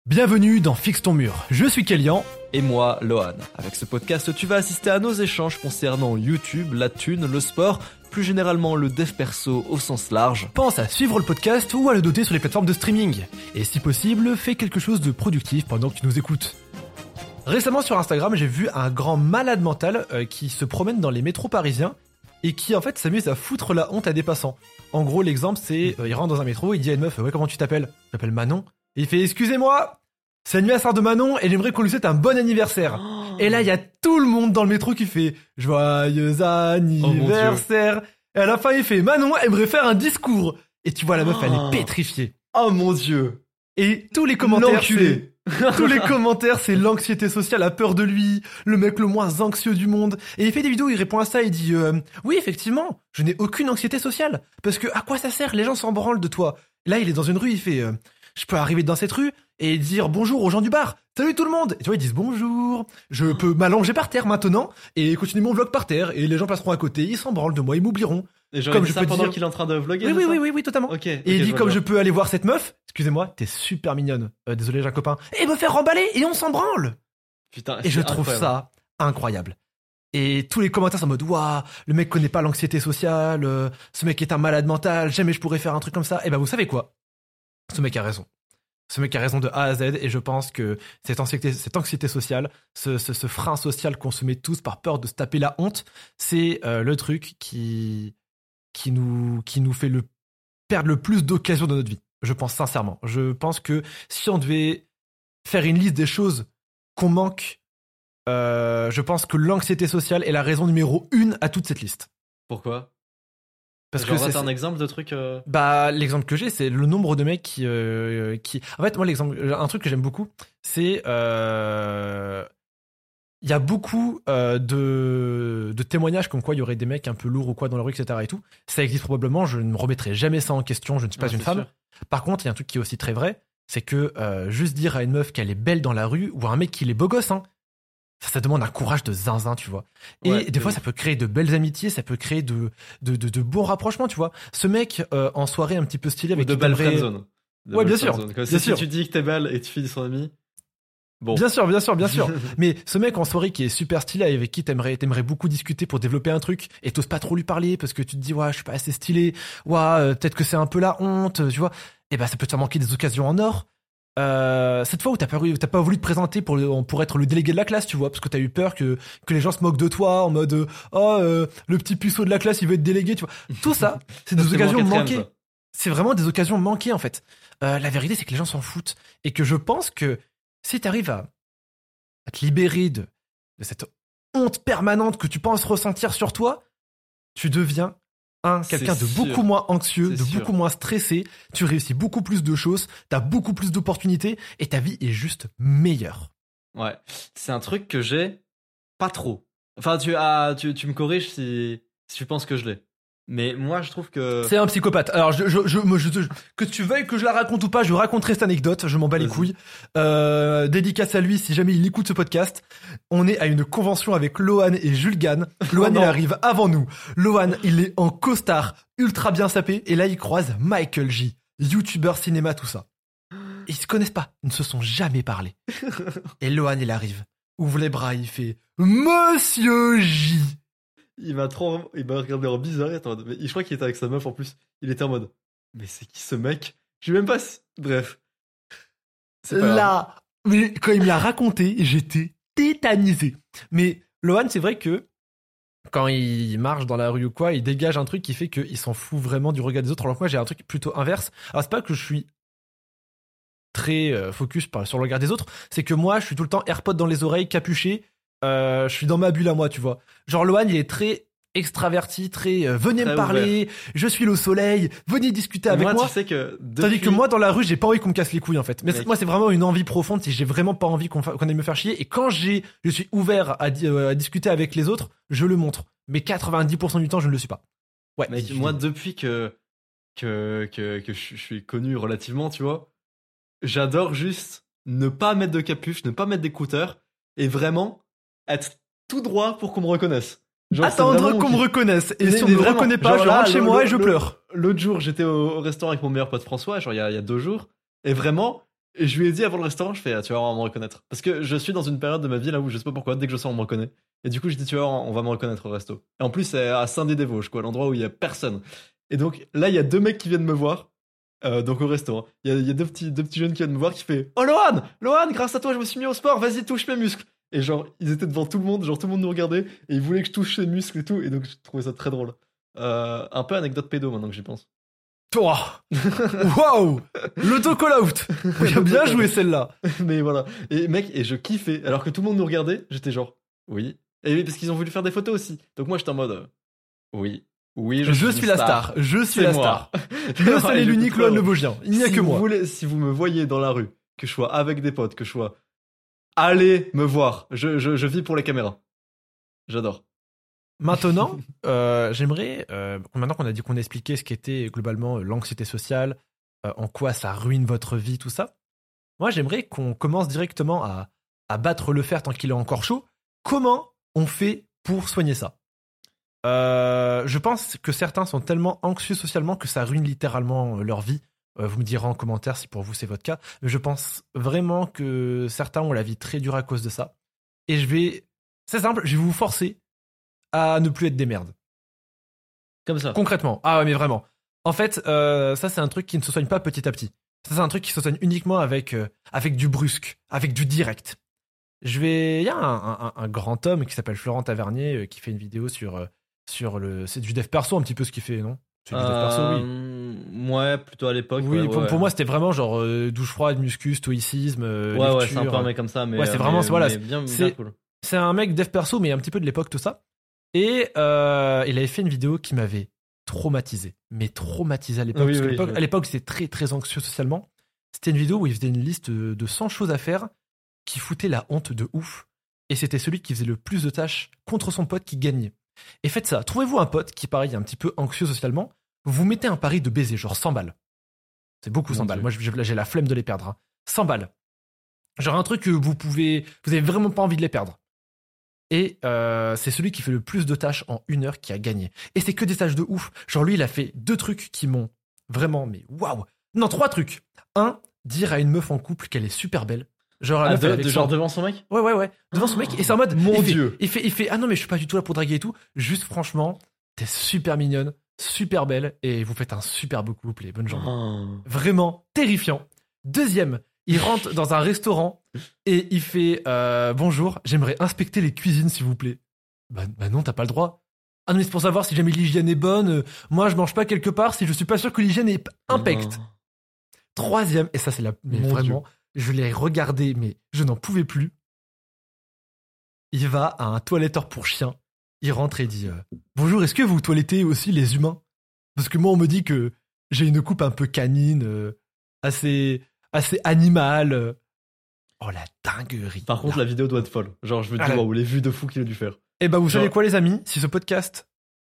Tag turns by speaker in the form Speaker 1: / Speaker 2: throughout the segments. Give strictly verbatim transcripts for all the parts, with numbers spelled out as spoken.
Speaker 1: Bienvenue dans Fixe ton mur, je suis Kélian.
Speaker 2: Et moi, Lohan. Avec ce podcast, tu vas assister à nos échanges concernant YouTube, la thune, le sport, plus généralement le dev perso au sens large.
Speaker 1: Pense à suivre le podcast ou à le doter sur les plateformes de streaming. Et si possible, fais quelque chose de productif pendant que tu nous écoutes. Récemment sur Instagram, j'ai vu un grand malade mental euh, qui se promène dans les métros parisiens et qui en fait s'amuse à foutre la honte à des passants. En gros, l'exemple c'est, euh, il rentre dans un métro, il dit à une meuf « Ouais, comment tu t'appelles ?»« Je m'appelle Manon. » Et il fait « Excusez-moi, c'est l'anniversaire de Manon et j'aimerais qu'on lui souhaite un bon anniversaire. Oh. » Et là, il y a tout le monde dans le métro qui fait « Joyeux anniversaire. Oh » Et à la fin, il fait « Manon aimerait faire un discours. » Et tu vois, la meuf, oh. elle est pétrifiée.
Speaker 2: Oh mon dieu.
Speaker 1: Et tous les commentaires,
Speaker 2: L'enculé.
Speaker 1: tous les commentaires, c'est l'anxiété sociale, la peur de lui, le mec le moins anxieux du monde. Et il fait des vidéos, il répond à ça, il dit euh, « Oui, effectivement, je n'ai aucune anxiété sociale. Parce que à quoi ça sert? Les gens s'en branlent de toi. » Là, il est dans une rue, il fait euh, « Je peux arriver dans cette rue et dire bonjour aux gens du bar. Salut tout le monde !» Et tu vois, ils disent bonjour. Je peux m'allonger par terre maintenant et continuer mon vlog par terre. Et les gens passeront à côté, ils s'en branlent de moi, ils m'oublieront.
Speaker 2: Et genre,
Speaker 1: comme
Speaker 2: il dit
Speaker 1: je
Speaker 2: ça
Speaker 1: peux
Speaker 2: pendant
Speaker 1: dire...
Speaker 2: qu'il est en train de vlogger.
Speaker 1: Oui, oui,
Speaker 2: ça
Speaker 1: oui, oui, oui, totalement.
Speaker 2: Ok.
Speaker 1: Et
Speaker 2: okay,
Speaker 1: il dit
Speaker 2: je
Speaker 1: comme
Speaker 2: bien.
Speaker 1: je peux aller voir cette meuf. Excusez-moi, t'es super mignonne. Euh, désolé, j'ai un copain. Et me faire remballer et on s'en branle.
Speaker 2: Putain.
Speaker 1: Et je trouve
Speaker 2: incroyable.
Speaker 1: ça incroyable. Et tous les commentaires sont en mode waouh, le mec connaît pas l'anxiété sociale. Euh, ce mec est un malade mental. Jamais je pourrais faire un truc comme ça. Et ben vous savez quoi? Ce mec a raison. Ce mec a raison de A à Z et je pense que cette anxiété, cette anxiété sociale, ce, ce, ce frein social qu'on se met tous par peur de se taper la honte, c'est euh, le truc qui, qui, nous, qui nous fait le, perdre le plus d'occasions dans notre vie. Je pense sincèrement. Je pense que si on devait faire une liste des choses qu'on manque, euh, je pense que l'anxiété sociale est la raison numéro une à toute cette liste.
Speaker 2: Pourquoi?
Speaker 1: Parce
Speaker 2: Genre,
Speaker 1: que c'est
Speaker 2: un exemple de truc. Euh...
Speaker 1: Bah, l'exemple que j'ai, c'est le nombre de mecs qui, euh, qui. En fait, moi, l'exemple, un truc que j'aime beaucoup, c'est euh... il y a beaucoup euh, de de témoignages comme quoi il y aurait des mecs un peu lourds ou quoi dans la rue, et cetera et tout. Ça existe probablement. Je ne me remettrai jamais ça en question. Je ne suis pas
Speaker 2: Ouais,
Speaker 1: une femme.
Speaker 2: Sûr.
Speaker 1: Par contre, il y a un truc qui est aussi très vrai, c'est que euh, juste dire à une meuf qu'elle est belle dans la rue ou à un mec qu'il est beau gosse, hein. Ça, ça demande un courage de zinzin, tu vois. Et
Speaker 2: Ouais,
Speaker 1: des fois,
Speaker 2: oui.
Speaker 1: ça peut créer de belles amitiés, ça peut créer de, de, de, de bons rapprochements, tu vois. Ce mec, euh, en soirée un petit peu stylé avec
Speaker 2: Ou de
Speaker 1: qui
Speaker 2: belle
Speaker 1: t'aimerais-
Speaker 2: friendzone. De
Speaker 1: Ouais,
Speaker 2: belle
Speaker 1: bien sûr,
Speaker 2: friendzone. Comme
Speaker 1: bien
Speaker 2: si
Speaker 1: sûr.
Speaker 2: tu dis que t'es belle et tu finis son ami. Bon.
Speaker 1: Bien sûr, bien sûr, bien sûr. Mais ce mec en soirée qui est super stylé, avec qui t'aimerais, t'aimerais beaucoup discuter pour développer un truc, et t'oses pas trop lui parler parce que tu te dis, ouais, je suis pas assez stylé, ouais, euh, peut-être que c'est un peu la honte, tu vois. Et ben, ça peut te faire manquer des occasions en or. Euh, cette fois où t'as pas, t'as pas voulu te présenter pour, le- pour être le délégué de la classe, tu vois, parce que t'as eu peur que, que les gens se moquent de toi en mode, euh, oh, euh, le petit puceau de la classe, il veut être délégué, tu vois. Tout ça, c'est des
Speaker 2: Ça, c'est
Speaker 1: occasions
Speaker 2: mon quatrième,
Speaker 1: manquées.
Speaker 2: ça.
Speaker 1: C'est vraiment des occasions manquées, en fait. Euh, la vérité, c'est que les gens s'en foutent. Et que je pense que si t'arrives à, à te libérer de, de cette honte permanente que tu penses ressentir sur toi, tu deviens un quelqu'un de
Speaker 2: sûr.
Speaker 1: beaucoup moins anxieux,
Speaker 2: C'est
Speaker 1: de
Speaker 2: sûr.
Speaker 1: beaucoup moins stressé, tu réussis beaucoup plus de choses, t'as beaucoup plus d'opportunités et ta vie est juste meilleure.
Speaker 2: Ouais. C'est un truc que j'ai pas trop. Enfin, tu, ah, tu, tu me corriges si, si tu penses que je l'ai. Mais moi, je trouve que.
Speaker 1: C'est un psychopathe. Alors, je, je, je, me- je- je- que tu veuilles que je la raconte ou pas, je raconterai cette anecdote, je m'en bats les
Speaker 2: Vas-y.
Speaker 1: couilles. Euh, dédicace à lui si jamais il écoute ce podcast. On est à une convention avec Lohan et Jules Gann. Lohan,
Speaker 2: non.
Speaker 1: il arrive avant nous. Lohan, il est en costard, ultra bien sapé, et là, il croise Michael J, youtubeur cinéma, tout ça. Ils se connaissent pas, ils ne se sont jamais parlé. Et Lohan, il arrive, ouvre les bras, il fait Monsieur J.
Speaker 2: Il m'a trop. Il m'a regardé en bizarre. Attends, mais je crois qu'il était avec sa meuf en plus. Il était en mode. Mais c'est qui ce mec? Je sais même pas. si- Bref. C'est pas grave.
Speaker 1: Là, mais quand il me l'a raconté, j'étais tétanisé. Mais Lohan, c'est vrai que quand il marche dans la rue ou quoi, il dégage un truc qui fait qu'il s'en fout vraiment du regard des autres. Alors que moi, j'ai un truc plutôt inverse. Alors, c'est pas que je suis très euh, focus par- sur le regard des autres, c'est que moi, je suis tout le temps AirPod dans les oreilles, capuché. Euh, je suis dans ma bulle à moi, tu vois. Genre, Lohan, il est très extraverti, très euh, venez
Speaker 2: Très
Speaker 1: me parler, je suis le soleil, venez discuter avec
Speaker 2: moi,
Speaker 1: moi.
Speaker 2: tu sais que.
Speaker 1: Tandis
Speaker 2: depuis-
Speaker 1: que moi, dans la rue, j'ai pas envie qu'on me casse les couilles, en fait. Mais
Speaker 2: Mec.
Speaker 1: c'est- moi, c'est vraiment une envie profonde. Si j'ai vraiment pas envie qu'on, fa- qu'on aille me faire chier. Et quand j'ai, je suis ouvert à, di- euh, à discuter avec les autres, je le montre. Mais quatre-vingt-dix pour cent du temps, je ne le suis pas. Ouais.
Speaker 2: Mec,
Speaker 1: je-
Speaker 2: moi, depuis que. Que, que, que je je suis connu relativement, tu vois. J'adore juste ne pas mettre de capuche, ne pas mettre d'écouteurs. Et vraiment être tout droit pour qu'on me reconnaisse. Genre, c'est
Speaker 1: Attendre
Speaker 2: vraiment
Speaker 1: qu'on me
Speaker 2: mon kiff.
Speaker 1: reconnaisse. Et
Speaker 2: Mais-
Speaker 1: si on
Speaker 2: mais
Speaker 1: me
Speaker 2: vraiment,
Speaker 1: reconnaît pas,
Speaker 2: genre
Speaker 1: je
Speaker 2: là,
Speaker 1: rentre chez
Speaker 2: le-
Speaker 1: moi
Speaker 2: le-
Speaker 1: et je
Speaker 2: le-
Speaker 1: pleure.
Speaker 2: L'autre jour, j'étais au, au restaurant avec mon meilleur pote François, genre il y a, il y a deux jours, et vraiment, Et je lui ai dit avant le restaurant, je fais, ah, tu vas voir, on va me reconnaître. Parce que je suis dans une période de ma vie là où je sais pas pourquoi, dès que je sors, on me reconnaît. Et du coup, je dis, tu vas voir, on va me reconnaître au resto. Et en plus, c'est à Saint-Dié-des-Vosges, quoi, l'endroit où il y a personne. Et donc, là, il y a deux mecs qui viennent me voir, euh, donc au restaurant. Il y a, il y a deux, petits, deux petits jeunes qui viennent me voir qui fait, oh Lohan, Lohan, grâce à toi, je me suis mis au sport, vas-y, touche mes muscles. Et genre, ils étaient devant tout le monde, genre tout le monde nous regardait, et ils voulaient que je touche ses muscles et tout. Et donc, je trouvais ça très drôle. Euh, un peu anecdote pédo maintenant que j'y pense.
Speaker 1: Toi, waouh, l'auto-call-out. Bien, bien joué celle-là.
Speaker 2: Mais voilà. Et mec, et je kiffais. Alors que tout le monde nous regardait, j'étais genre, oui. Et oui, parce qu'ils ont voulu faire des photos aussi. Donc moi, j'étais en mode, euh, oui. Oui, je,
Speaker 1: Je
Speaker 2: suis,
Speaker 1: suis la star. Je suis
Speaker 2: C'est
Speaker 1: la
Speaker 2: moi.
Speaker 1: star. Le seul et l'unique Lohan Le Vosgien. Il n'y a
Speaker 2: si
Speaker 1: que
Speaker 2: vous
Speaker 1: moi.
Speaker 2: voulez, si vous me voyez dans la rue, que je sois avec des potes, que je sois, allez me voir. Je, je, je vis pour les caméras. J'adore.
Speaker 1: Maintenant, euh, j'aimerais, euh, maintenant qu'on a dit qu'on a expliqué ce qu'était globalement euh, l'anxiété sociale, euh, en quoi ça ruine votre vie, tout ça, moi j'aimerais qu'on commence directement à, à battre le fer tant qu'il est encore chaud. Comment on fait pour soigner ça? euh, Je pense que certains sont tellement anxieux socialement que ça ruine littéralement leur vie. Euh, vous me direz en commentaire si pour vous c'est votre cas. Mais je pense vraiment que certains ont la vie très dure à cause de ça. Et je vais, c'est simple, je vais vous forcer à ne plus être des merdes.
Speaker 2: Comme ça.
Speaker 1: Concrètement. Ah ouais, mais vraiment. En fait, euh, ça c'est un truc qui ne se soigne pas petit à petit. Ça c'est un truc qui se soigne uniquement avec, euh, avec du brusque, avec du direct. Je vais... Il y a un, un, un grand homme qui s'appelle Florent Tavernier euh, qui fait une vidéo sur, euh, sur le... C'est du dev perso un petit peu ce qu'il fait, non? C'est du dev perso, oui.
Speaker 2: Euh, Ouais, plutôt à l'époque.
Speaker 1: Oui,
Speaker 2: ouais,
Speaker 1: pour,
Speaker 2: ouais.
Speaker 1: pour moi c'était vraiment genre euh, douche froide, muscu, stoïcisme, euh,
Speaker 2: Ouais, ouais,
Speaker 1: lecture.
Speaker 2: c'est un peu un mec comme ça, mais.
Speaker 1: Ouais, c'est
Speaker 2: euh,
Speaker 1: vraiment-
Speaker 2: mais-
Speaker 1: voilà,
Speaker 2: mais bien, bien
Speaker 1: c'est-
Speaker 2: cool.
Speaker 1: C'est un mec dev perso, mais un petit peu de l'époque, tout ça. Et euh, il avait fait une vidéo qui m'avait traumatisé. Mais traumatisé à l'époque.
Speaker 2: Oui,
Speaker 1: parce qu'à
Speaker 2: oui,
Speaker 1: l'époque,
Speaker 2: je-
Speaker 1: à l'époque, c'était très, très anxieux socialement. C'était une vidéo où il faisait une liste de, de cent choses à faire qui foutait la honte de ouf. Et c'était celui qui faisait le plus de tâches contre son pote qui gagnait. Et faites ça. Trouvez-vous un pote qui, pareil, est un petit peu anxieux socialement. Vous mettez un pari de baiser, genre cent balles. C'est beaucoup
Speaker 2: Mon
Speaker 1: cent balles.
Speaker 2: Dieu.
Speaker 1: Moi, j'ai j'ai la flemme de les perdre. hein. cent balles. Genre un truc que vous pouvez... Vous avez vraiment pas envie de les perdre. Et euh, c'est celui qui fait le plus de tâches en une heure qui a gagné. Et c'est que des tâches de ouf. Genre lui, il a fait deux trucs qui m'ont vraiment... Mais waouh. Non, trois trucs. Un, dire à une meuf en couple qu'elle est super belle. Genre, la
Speaker 2: Ah,
Speaker 1: meuf,
Speaker 2: de,
Speaker 1: elle est avec
Speaker 2: de
Speaker 1: son-
Speaker 2: genre devant son mec.
Speaker 1: Ouais, ouais, ouais. Devant son mec. Et c'est en mode...
Speaker 2: Mon
Speaker 1: il fait-
Speaker 2: Dieu.
Speaker 1: Il fait, il fait, ah non, mais je suis pas du tout là pour draguer et tout. Juste, franchement, t'es super mignonne, super belle. Et vous faites un super beau couple et bonne journée.
Speaker 2: Oh.
Speaker 1: Vraiment terrifiant. Deuxième, il rentre dans un restaurant et il fait euh, bonjour, j'aimerais inspecter les cuisines s'il vous plaît. Bah, bah non, t'as pas le droit. Ah non, mais c'est pour savoir si jamais l'hygiène est bonne. Euh, moi, je mange pas quelque part si je suis pas sûr que l'hygiène est impecte.
Speaker 2: Non.
Speaker 1: Troisième, et ça c'est la, mais
Speaker 2: Mon
Speaker 1: vraiment, je l'ai regardé, mais je n'en pouvais plus. Il va à un toiletteur pour chien. Il rentre et dit euh, bonjour, est-ce que vous toilettez aussi les humains? Parce que moi, on me dit que j'ai une coupe un peu canine, euh, assez, assez animale. euh. Oh la dinguerie.
Speaker 2: Par contre, la vidéo doit être folle. Genre, je me dis,
Speaker 1: Ah, la-
Speaker 2: waouh, les vues de fou qu'il a dû faire.
Speaker 1: Eh ben, vous
Speaker 2: Genre-
Speaker 1: savez quoi, les amis? Si ce podcast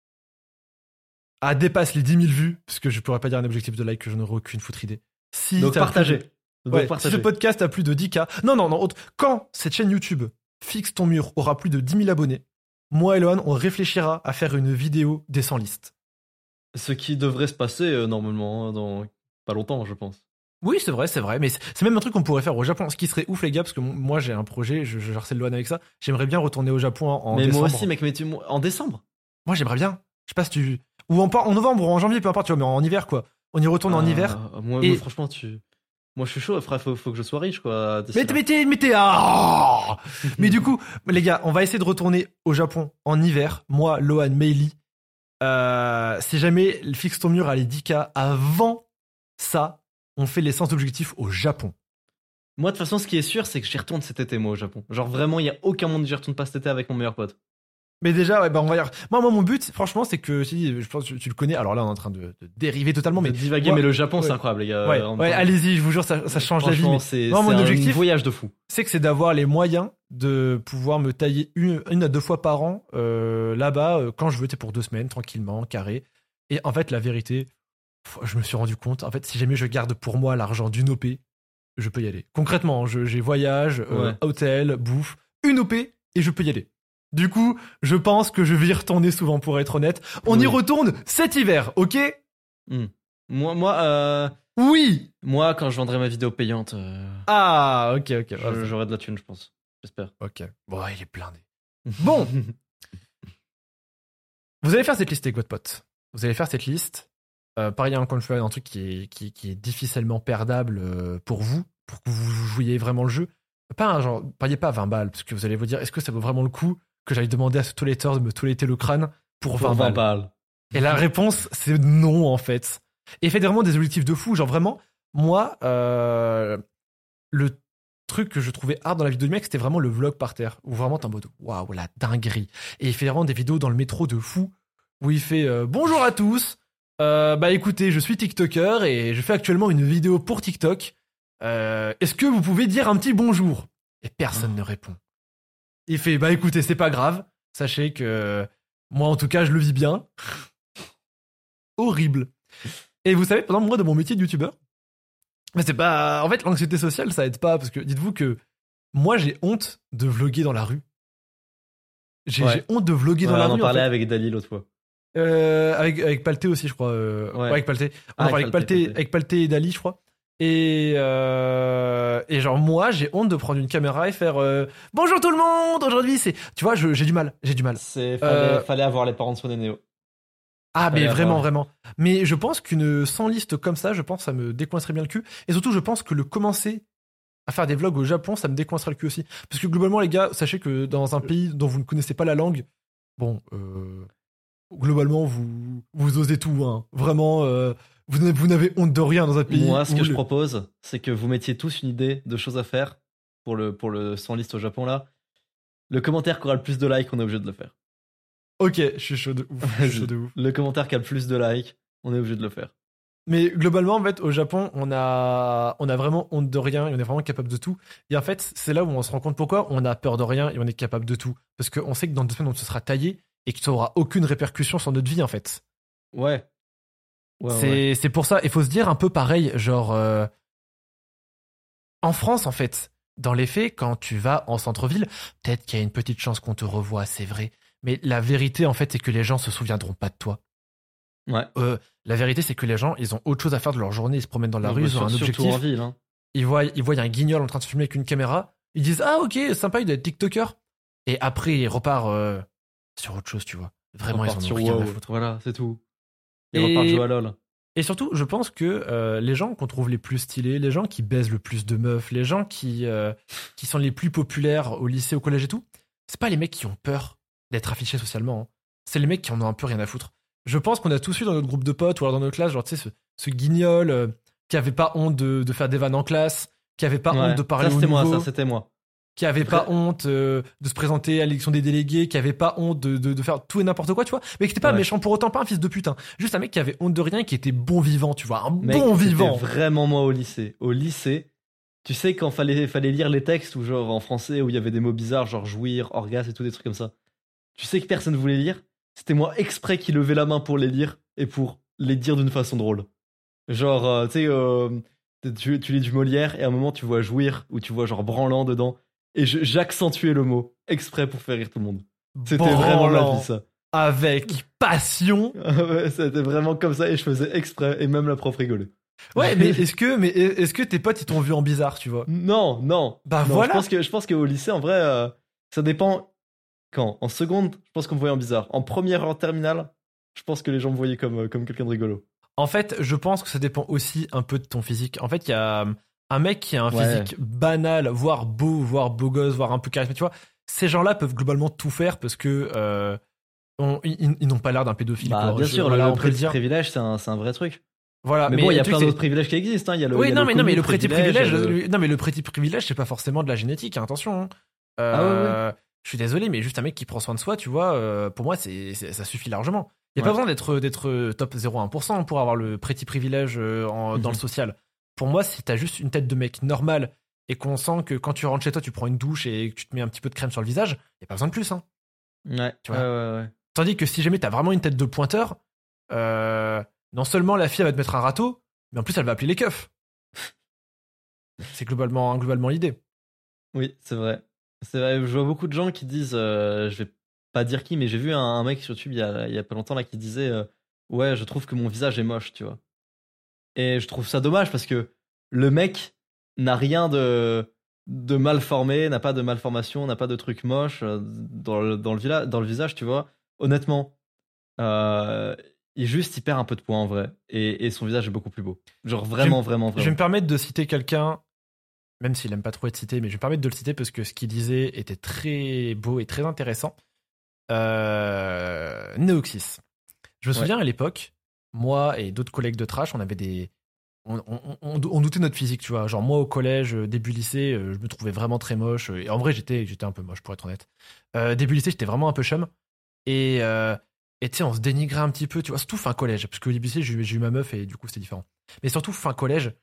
Speaker 1: a dépasse les dix mille vues, parce que je pourrais pas dire un objectif de like que je n'aurai aucune foutre idée. Si
Speaker 2: Donc,
Speaker 1: t'as
Speaker 2: partagez.
Speaker 1: plus de-
Speaker 2: Donc,
Speaker 1: Ouais, si
Speaker 2: partagez.
Speaker 1: ce podcast a plus de dix K. Non, non, non. autre- Quand cette chaîne YouTube Fixe ton mur aura plus de dix mille abonnés, moi et Lohan, on réfléchira à faire une vidéo des cent listes.
Speaker 2: Ce qui devrait se passer euh, normalement hein, dans pas longtemps, je pense.
Speaker 1: Oui, c'est vrai, c'est vrai. Mais c'est c'est même un truc qu'on pourrait faire au Japon. Ce qui serait ouf, les gars, parce que mon- moi, j'ai un projet, je, je harcèle Lohan avec ça. J'aimerais bien retourner au Japon en, en
Speaker 2: mais
Speaker 1: décembre.
Speaker 2: moi aussi, mec, mais tu, moi- en décembre.
Speaker 1: Moi, j'aimerais bien. Je sais pas si tu... Ou en, en novembre ou en janvier, peu importe, tu vois, mais en hiver, quoi. On y retourne en
Speaker 2: Ah,
Speaker 1: hiver.
Speaker 2: Moi,
Speaker 1: Et-
Speaker 2: moi, franchement, tu. Moi, je suis chaud. Frère, faut, faut que je sois riche, quoi. d'ici
Speaker 1: Mais,
Speaker 2: là.
Speaker 1: mais t'es, mais t'es, ah Mais du coup, les gars, on va essayer de retourner au Japon en hiver. Moi, Lohan, Meili. Euh, si jamais le Fixe ton mur a les dix K avant ça, on fait les cent objectifs au Japon.
Speaker 2: Moi, de toute façon, ce qui est sûr, c'est que j'y retourne cet été, moi, au Japon. Genre, vraiment, il y a aucun monde que j'y retourne pas cet été avec mon meilleur pote.
Speaker 1: Mais déjà, ouais, bah on va y... Moi, moi, mon but, franchement, c'est que, si, je pense que tu le connais. Alors là, on est en train de, de dériver totalement, mais
Speaker 2: Mais divaguer,
Speaker 1: moi-
Speaker 2: mais le Japon,
Speaker 1: ouais.
Speaker 2: c'est incroyable, les gars.
Speaker 1: ouais,
Speaker 2: En même
Speaker 1: ouais,
Speaker 2: temps.
Speaker 1: allez-y, je vous jure, ça, ça change la vie.
Speaker 2: Franchement,
Speaker 1: mais
Speaker 2: c'est
Speaker 1: moi, mon
Speaker 2: c'est un
Speaker 1: objectif-
Speaker 2: voyage de fou.
Speaker 1: c'est que c'est d'avoir les moyens de pouvoir me tailler une, une à deux fois par an euh, là-bas euh, quand je veux, t'es pour deux semaines, tranquillement, carré. Et en fait, la vérité, pff, je me suis rendu compte, en fait, si jamais je garde pour moi l'argent d'une O P, je peux y aller. Concrètement, je- j'ai voyage, euh,
Speaker 2: Ouais.
Speaker 1: hôtel, bouffe, une O P et je peux y aller. Du coup, je pense que je vais y retourner souvent, pour être honnête. On y
Speaker 2: Oui.
Speaker 1: retourne cet hiver, ok?
Speaker 2: Moi, moi euh,
Speaker 1: Oui.
Speaker 2: Moi, quand je vendrai ma vidéo payante, euh,
Speaker 1: Ah, ok, ok.
Speaker 2: je- j'aurai de la thune, je pense. J'espère.
Speaker 1: Ok. Bon, il est blindé. Bon. Vous allez faire cette liste avec votre pote. Vous allez faire cette liste. Euh, pareil, encore une fois, un truc qui est, qui, qui est difficilement perdable euh, pour vous, pour que vous jouiez vraiment le jeu. Pas un genre, pariez pas vingt balles, parce que vous allez vous dire, est-ce que ça vaut vraiment le coup que j'aille demander à ce toiletteur de me toiletter le crâne pour vingt
Speaker 2: Pour vingt
Speaker 1: balles.
Speaker 2: balles.
Speaker 1: Et la réponse, c'est non, en fait. Et faites vraiment des objectifs de fou. Genre vraiment, moi, euh, le truc que je trouvais hard dans la vidéo du mec, c'était vraiment le vlog par terre. Où vraiment t'es en mode, waouh, la dinguerie. Et il fait vraiment des vidéos dans le métro de fou, où il fait euh, bonjour à tous. Euh, bah écoutez, je suis TikToker et je fais actuellement une vidéo pour TikTok. Euh, Est-ce que vous pouvez dire un petit bonjour? Et personne ne répond. Il fait, bah écoutez, c'est pas grave. Sachez que moi, en tout cas, je le vis bien. Horrible. Et vous savez, pendant moi, de mon métier de youtubeur, mais c'est pas. En fait, l'anxiété sociale, ça aide pas. Parce que dites-vous que moi, j'ai honte de vloguer dans la rue. J'ai
Speaker 2: Ouais.
Speaker 1: j'ai honte de vloguer
Speaker 2: Ouais,
Speaker 1: dans la
Speaker 2: on en
Speaker 1: rue. en
Speaker 2: parlait
Speaker 1: fait.
Speaker 2: avec Dali l'autre fois.
Speaker 1: Euh, avec, avec Palté aussi, je crois. euh,
Speaker 2: Ouais.
Speaker 1: ouais, avec Palté. On
Speaker 2: Ah,
Speaker 1: en parlait
Speaker 2: avec
Speaker 1: avec
Speaker 2: Palté,
Speaker 1: Palté,
Speaker 2: Palté.
Speaker 1: avec Palté et Dali, je crois. Et, euh, et genre, moi, j'ai honte de prendre une caméra et faire euh, bonjour tout le monde, aujourd'hui c'est. Tu vois, je- j'ai du mal. J'ai du mal.
Speaker 2: C'est fallait,
Speaker 1: Euh,
Speaker 2: fallait avoir les parents de son Néo.
Speaker 1: Ah, mais
Speaker 2: Fallait
Speaker 1: vraiment,
Speaker 2: avoir-
Speaker 1: vraiment. Mais je pense qu'une sans liste comme ça, je pense, ça me décoincerait bien le cul. Et surtout, je pense que le commencer à faire des vlogs au Japon, ça me décoincerait le cul aussi. Parce que globalement, les gars, sachez que dans un pays dont vous ne connaissez pas la langue, bon, euh, globalement, vous, vous osez tout, hein. Vraiment, euh, vous n'avez- vous n'avez honte de rien dans un pays.
Speaker 2: Moi, ce
Speaker 1: où
Speaker 2: que je
Speaker 1: le-
Speaker 2: propose, c'est que vous mettiez tous une idée de choses à faire pour le, pour le sans liste au Japon là. Le commentaire qui aura le plus de likes, on est obligé de le faire.
Speaker 1: Ok, je suis chaud de ouf. Je suis chaud
Speaker 2: Vas-y.
Speaker 1: de ouf.
Speaker 2: Le commentaire qui a le plus de likes, on est obligé de le faire.
Speaker 1: Mais globalement, en fait, au Japon, on a, on a vraiment honte de rien et on est vraiment capable de tout. Et en fait, c'est là où on se rend compte pourquoi on a peur de rien et on est capable de tout. Parce qu'on sait que dans deux semaines, on se sera taillé et que ça aura aucune répercussion sur notre vie, en fait.
Speaker 2: Ouais. Ouais,
Speaker 1: c'est,
Speaker 2: ouais.
Speaker 1: c'est pour ça. Il faut se dire un peu pareil, genre. euh, En France, en fait, dans les faits, quand tu vas en centre-ville, peut-être qu'il y a une petite chance qu'on te revoie, c'est vrai. Mais la vérité, en fait, c'est que les gens se souviendront pas de toi.
Speaker 2: Ouais.
Speaker 1: Euh, la vérité, c'est que les gens, ils ont autre chose à faire de leur journée. Ils se promènent dans la
Speaker 2: Ouais,
Speaker 1: rue,
Speaker 2: bah,
Speaker 1: ils ont
Speaker 2: sur-
Speaker 1: un
Speaker 2: surtout
Speaker 1: objectif.
Speaker 2: en ville. Hein.
Speaker 1: Ils voient, ils voient un guignol en train de se filmer avec une caméra. Ils disent ah ok sympa il doit être TikToker. Et après il repart euh, sur autre chose tu vois. Vraiment ils en
Speaker 2: Repart
Speaker 1: ont
Speaker 2: sur
Speaker 1: rien à
Speaker 2: WoW.
Speaker 1: foutre.
Speaker 2: Voilà, c'est tout. Et,
Speaker 1: Et-
Speaker 2: repart jouer à LoL.
Speaker 1: Et surtout je pense que euh, les gens qu'on trouve les plus stylés, les gens qui baisent le plus de meufs, les gens qui euh, qui sont les plus populaires au lycée, au collège et tout, c'est pas les mecs qui ont peur d'être affichés socialement. hein. C'est les mecs qui en ont un peu rien à foutre. Je pense qu'on a tous eu dans notre groupe de potes ou alors dans notre classe genre tu sais ce, ce guignol euh, qui avait pas honte de, de faire des vannes en classe, qui avait pas
Speaker 2: Ouais.
Speaker 1: honte de parler
Speaker 2: Ça,
Speaker 1: au
Speaker 2: c'était moi,
Speaker 1: nouveau.
Speaker 2: ça, c'était moi.
Speaker 1: Qui avait
Speaker 2: Vrai.
Speaker 1: pas honte euh, de se présenter à l'élection des délégués, qui avait pas honte de, de, de faire tout et n'importe quoi, tu vois, mais qui était pas
Speaker 2: Ouais.
Speaker 1: méchant pour autant, pas un fils de putain. Juste un mec qui avait honte de rien et qui était bon vivant, tu vois, un
Speaker 2: Mec,
Speaker 1: bon
Speaker 2: c'était
Speaker 1: vivant.
Speaker 2: vraiment moi au lycée. Au lycée, tu sais, quand fallait, fallait lire les textes, ou genre en français, où il y avait des mots bizarres, genre jouir, orgasme et tout, des trucs comme ça. Tu sais que personne voulait lire. C'était moi exprès qui levais la main pour les lire et pour les dire d'une façon drôle. Genre, euh, tu sais, euh, tu, tu lis du Molière et à un moment tu vois jouir ou tu vois genre branlant dedans. Et je- j'accentuais le mot exprès pour faire rire tout le monde. C'était vraiment ma
Speaker 1: Branlant,
Speaker 2: vie, ça.
Speaker 1: avec passion.
Speaker 2: Ouais, c'était vraiment comme ça et je faisais exprès et même la prof rigolait.
Speaker 1: Ouais, mais est-ce que, mais est-ce que tes potes ils t'ont vu en bizarre, tu vois?
Speaker 2: Non, non.
Speaker 1: Bah
Speaker 2: non,
Speaker 1: voilà.
Speaker 2: Je pense que je pense qu'au lycée, en vrai, euh, ça dépend. Quand en seconde, je pense qu'on me voyait en bizarre. En première, en terminale, je pense que les gens me voyaient comme, euh, comme quelqu'un de rigolo.
Speaker 1: En fait, je pense que ça dépend aussi un peu de ton physique. En fait, il y a euh, un mec qui a un
Speaker 2: Ouais.
Speaker 1: physique banal, voire beau, voire beau gosse, voire un peu charismatique, tu vois. Ces gens-là peuvent globalement tout faire parce que euh, on- ils, ils n'ont pas l'air d'un pédophile.
Speaker 2: Bah,
Speaker 1: quoi.
Speaker 2: bien
Speaker 1: Je-
Speaker 2: sûr,
Speaker 1: voilà,
Speaker 2: le
Speaker 1: on peut le
Speaker 2: petit
Speaker 1: dire.
Speaker 2: privilège, c'est un, c'est un vrai truc.
Speaker 1: Voilà,
Speaker 2: mais, bon, il y a
Speaker 1: le truc,
Speaker 2: plein
Speaker 1: c'est-
Speaker 2: d'autres privilèges qui existent. hein. Il y a le,
Speaker 1: Oui,
Speaker 2: il y a
Speaker 1: non,
Speaker 2: le
Speaker 1: mais non, mais
Speaker 2: commis
Speaker 1: le petit privilège,
Speaker 2: il y a le-
Speaker 1: le- non, mais le petit privilège, c'est pas forcément de la génétique. hein, attention. hein. Euh, Je suis désolé, mais juste un mec qui prend soin de soi, tu vois. euh, pour moi, c'est, c'est- ça suffit largement. Il y a
Speaker 2: Ouais.
Speaker 1: pas besoin d'être d'être top zéro virgule un pour cent pour avoir le petit privilège euh, en- dans
Speaker 2: Mhm.
Speaker 1: le social. Pour moi, si t'as juste une tête de mec normal et qu'on sent que quand tu rentres chez toi, tu prends une douche et que tu te mets un petit peu de crème sur le visage, y a pas besoin de plus. Hein.
Speaker 2: Ouais,
Speaker 1: Tu vois.
Speaker 2: ouais, ouais, ouais.
Speaker 1: Tandis que si jamais t'as vraiment une tête de pointeur, euh, non seulement la fille elle va te mettre un râteau, mais en plus elle va appeler les keufs. C'est globalement, globalement l'idée.
Speaker 2: Oui, c'est vrai. C'est vrai, je vois beaucoup de gens qui disent, euh, je vais pas dire qui, mais j'ai vu un, un mec sur YouTube il y a, il y a pas longtemps là qui disait, euh, ouais, je trouve que mon visage est moche, tu vois. Et je trouve ça dommage parce que le mec n'a rien de, de mal formé, n'a pas de malformation, n'a pas de truc moche euh, dans le, dans le, vila- dans le visage, tu vois. Honnêtement, euh, il juste il perd un peu de poids en vrai. Et, et son visage est beaucoup plus beau. Genre vraiment, vraiment,
Speaker 1: Je vais
Speaker 2: vraiment.
Speaker 1: me permettre de citer quelqu'un, même s'il aime pas trop être cité, mais je vais me permettre de le citer parce que ce qu'il disait était très beau et très intéressant. Euh, Neoxys. Je me souviens à l'époque, moi et d'autres collègues de trash, on avait des. On, on, on, on doutait de notre physique, tu vois. Genre, moi au collège, euh, début lycée, euh, je me trouvais vraiment très moche. Et en vrai, j'étais, j'étais un peu moche, pour être honnête. Euh, début lycée, j'étais vraiment un peu chum. Et euh, et tu sais, on se dénigrait un petit peu, tu vois. Surtout fin collège. Parce que au début lycée, j'ai eu j'ai eu ma meuf et du coup, c'était différent. Mais surtout fin collège.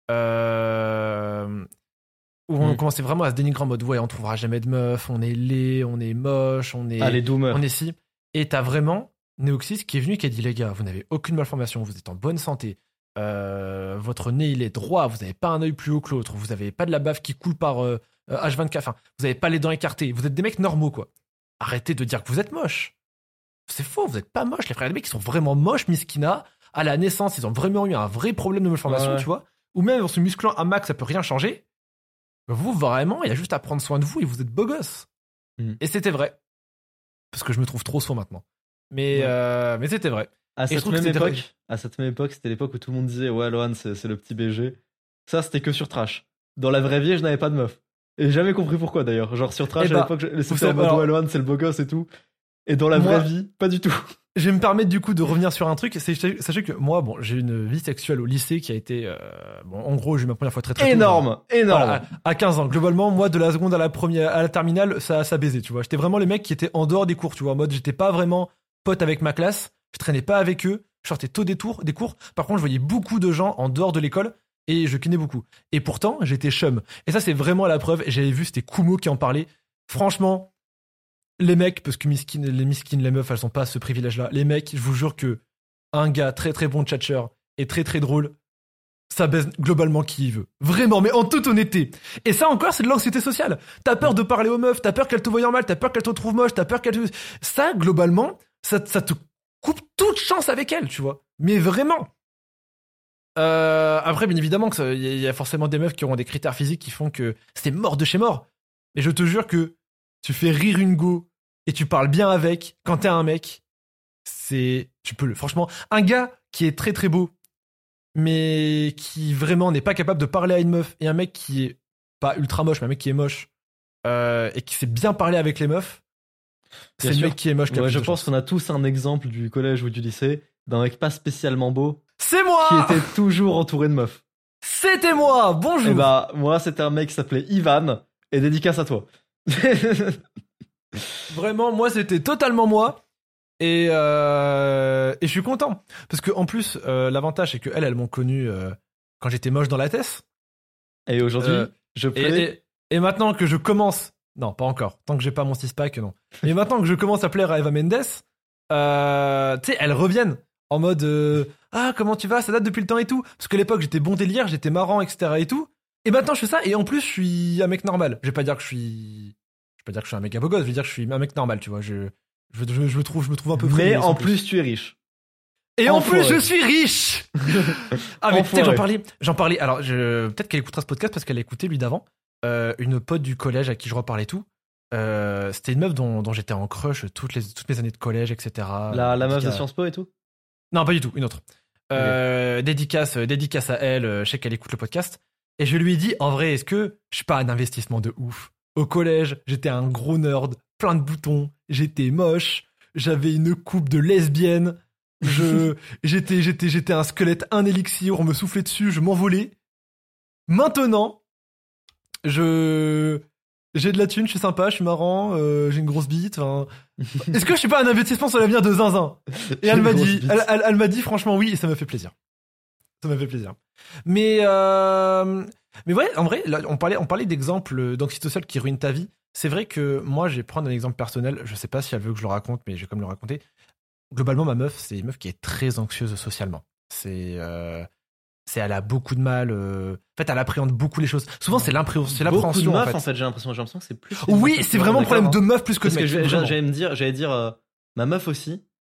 Speaker 1: Euh, où on
Speaker 2: Mm.
Speaker 1: commençait vraiment à se dénigrer en mode ouais, on trouvera jamais de meuf, on est laid, on est moche, on est,
Speaker 2: Ah, les doomers.
Speaker 1: on est si. Et t'as vraiment Neoxys qui est venu qui a dit les gars, vous n'avez aucune malformation, vous êtes en bonne santé, euh, votre nez il est droit, vous n'avez pas un œil plus haut que l'autre, vous n'avez pas de la bave qui coule par euh, euh, H vingt-quatre, enfin, vous n'avez pas les dents écartées, vous êtes des mecs normaux quoi. Arrêtez de dire que vous êtes moche. C'est faux, vous n'êtes pas moche. Les frères et les mecs qui sont vraiment moches, Miskina, à la naissance, ils ont vraiment eu un vrai problème de malformation,
Speaker 2: Ouais.
Speaker 1: tu vois. Ou même en se musclant un max, ça peut rien changer. Vous, vraiment, il y a juste à prendre soin de vous et vous êtes beau gosse.
Speaker 2: Mm.
Speaker 1: Et c'était vrai. Parce que je me trouve trop sourd maintenant. Mais,
Speaker 2: Ouais.
Speaker 1: euh, mais c'était vrai.
Speaker 2: À
Speaker 1: je
Speaker 2: cette
Speaker 1: trouve que
Speaker 2: même
Speaker 1: c'était-
Speaker 2: époque, à cette même époque, c'était l'époque où tout le monde disait ouais, Lohan, c'est c'est le petit B G. Ça, c'était que sur Trash. Dans la vraie vie, je n'avais pas de meuf. Et j'ai jamais compris pourquoi d'ailleurs. Genre sur Trash,
Speaker 1: Eh
Speaker 2: à
Speaker 1: bah,
Speaker 2: l'époque, je-
Speaker 1: vous
Speaker 2: c'était
Speaker 1: savez,
Speaker 2: en mode
Speaker 1: alors-
Speaker 2: ouais, Lohan, c'est le beau gosse et tout. Et dans la
Speaker 1: Moi-
Speaker 2: vraie vie, pas du tout.
Speaker 1: Je vais me permettre du coup de revenir sur un truc. C'est, sachez que moi, bon, j'ai une vie sexuelle au lycée qui a été, euh, bon, en gros, j'ai eu ma première fois très très tôt,
Speaker 2: Énorme,
Speaker 1: genre,
Speaker 2: énorme.
Speaker 1: voilà, à, à quinze ans. Globalement, moi, de la seconde à la première, à la terminale, ça, ça baisait, tu vois. J'étais vraiment les mecs qui étaient en dehors des cours, tu vois. En mode, j'étais pas vraiment pote avec ma classe. Je traînais pas avec eux. Je sortais tôt des tours, des cours. Par contre, je voyais beaucoup de gens en dehors de l'école et je kinais beaucoup. Et pourtant, j'étais chum. Et ça, c'est vraiment la preuve. Et j'avais vu, c'était Kumo qui en parlait. Franchement, les mecs, parce que miskin, les miskines, les meufs, elles sont pas à ce privilège-là. Les mecs, je vous jure que un gars très très bon tchatcheur et très très drôle, ça baise globalement qui il veut. Vraiment, mais en toute honnêteté. Et ça encore, c'est de l'anxiété sociale. T'as peur de parler aux meufs, t'as peur qu'elles te voient en mal, t'as peur qu'elles te trouvent moche, t'as peur qu'elles te... Ça, globalement, ça, ça te coupe toute chance avec elles, tu vois. Mais vraiment. Euh, après, bien évidemment, il y, y a forcément des meufs qui auront des critères physiques qui font que c'est mort de chez mort. Mais je te jure que tu fais rire une go et tu parles bien avec quand t'es un mec, c'est... Tu peux le... Franchement, un gars qui est très très beau, mais qui vraiment n'est pas capable de parler à une meuf, et un mec qui est pas ultra moche, mais un mec qui est moche, euh, et qui sait bien parler avec les meufs, c'est
Speaker 2: Bien
Speaker 1: le
Speaker 2: sûr.
Speaker 1: mec qui est moche qui a
Speaker 2: Ouais,
Speaker 1: plus
Speaker 2: je
Speaker 1: de
Speaker 2: pense
Speaker 1: chance.
Speaker 2: qu'on a tous un exemple du collège ou du lycée d'un mec pas spécialement beau
Speaker 1: C'est moi
Speaker 2: qui était toujours entouré de meufs.
Speaker 1: C'était moi Bonjour
Speaker 2: Et bah, moi, c'était un mec qui s'appelait Ivan, et dédicace à toi.
Speaker 1: Vraiment, moi, c'était totalement moi. Et, euh, et je suis content. Parce que en plus, euh, l'avantage, c'est qu'elles, elles m'ont connu euh, quand j'étais moche dans la tête.
Speaker 2: Et aujourd'hui,
Speaker 1: Euh,
Speaker 2: je
Speaker 1: Et,
Speaker 2: plais.
Speaker 1: et, et maintenant que je commence... Non, pas encore. Tant que j'ai pas mon six-pack, non. Mais maintenant que je commence à plaire à Eva Mendes, euh, tu sais, elles reviennent en mode euh, ah, comment tu vas, ça date depuis le temps et tout. Parce qu'à l'époque, j'étais bon délire, j'étais marrant, et cetera et tout. Et maintenant, je fais ça. Et en plus, je suis un mec normal. Je vais pas dire que je suis... Je vais pas dire que je suis un méga beau gosse. Je vais dire que je suis un mec normal, tu vois. Je, je, je, je me trouve, je me trouve un peu frais,
Speaker 2: Mais en
Speaker 1: sans
Speaker 2: plus, tu es riche.
Speaker 1: Et en
Speaker 2: Enfoiré.
Speaker 1: plus, je suis riche. Ah mais tu sais,
Speaker 2: Enfoiré.
Speaker 1: j'en parlais, j'en parlais. Alors, je, peut-être qu'elle écoutera ce podcast parce qu'elle a écouté lui d'avant. Euh, une pote du collège à qui je reparlais tout. Euh, c'était une meuf dont, dont j'étais en crush toutes les toutes mes années de collège, et cetera.
Speaker 2: La, la meuf de
Speaker 1: Dédicace-
Speaker 2: Sciences Po et tout.
Speaker 1: Non, pas du tout, une autre. Euh, dédicace, dédicace à elle. euh, Je sais qu'elle écoute le podcast. Et je lui ai dit, en vrai, est-ce que je suis pas un investissement de ouf? Au collège, j'étais un gros nerd, plein de boutons, j'étais moche, j'avais une coupe de lesbienne. Je, j'étais, j'étais, j'étais un squelette, un élixir, on me soufflait dessus, je m'envolais. Maintenant, je, j'ai de la thune, je suis sympa, je suis marrant, euh, j'ai une grosse bite. Enfin, est-ce que je suis pas un investissement sur l'avenir de Zinzin? Et elle m'a dit, elle, elle, elle m'a dit franchement oui, et ça m'a fait plaisir. Ça m'a fait plaisir. Mais, euh, mais ouais, en vrai, là, on parlait, on parlait d'exemples d'anxiété sociale qui ruinent ta vie. C'est vrai que moi, je vais prendre un exemple personnel. Je sais pas si elle veut que je le raconte, mais je vais quand même le raconter. Globalement, ma meuf, c'est une meuf qui est très anxieuse socialement. C'est, euh, c'est, elle a beaucoup de mal. euh, En fait, elle appréhende beaucoup les choses. Souvent, c'est l'impréhension. C'est
Speaker 2: Beaucoup de
Speaker 1: l'appréhension.
Speaker 2: meufs,
Speaker 1: en fait.
Speaker 2: en fait, j'ai l'impression, j'ai l'impression que c'est plus.
Speaker 1: Oui, c'est vraiment un problème de meuf plus que
Speaker 2: Parce
Speaker 1: de
Speaker 2: que
Speaker 1: mec.
Speaker 2: je-
Speaker 1: vraiment.
Speaker 2: j'allais me dire, j'allais dire, euh, ma meuf aussi,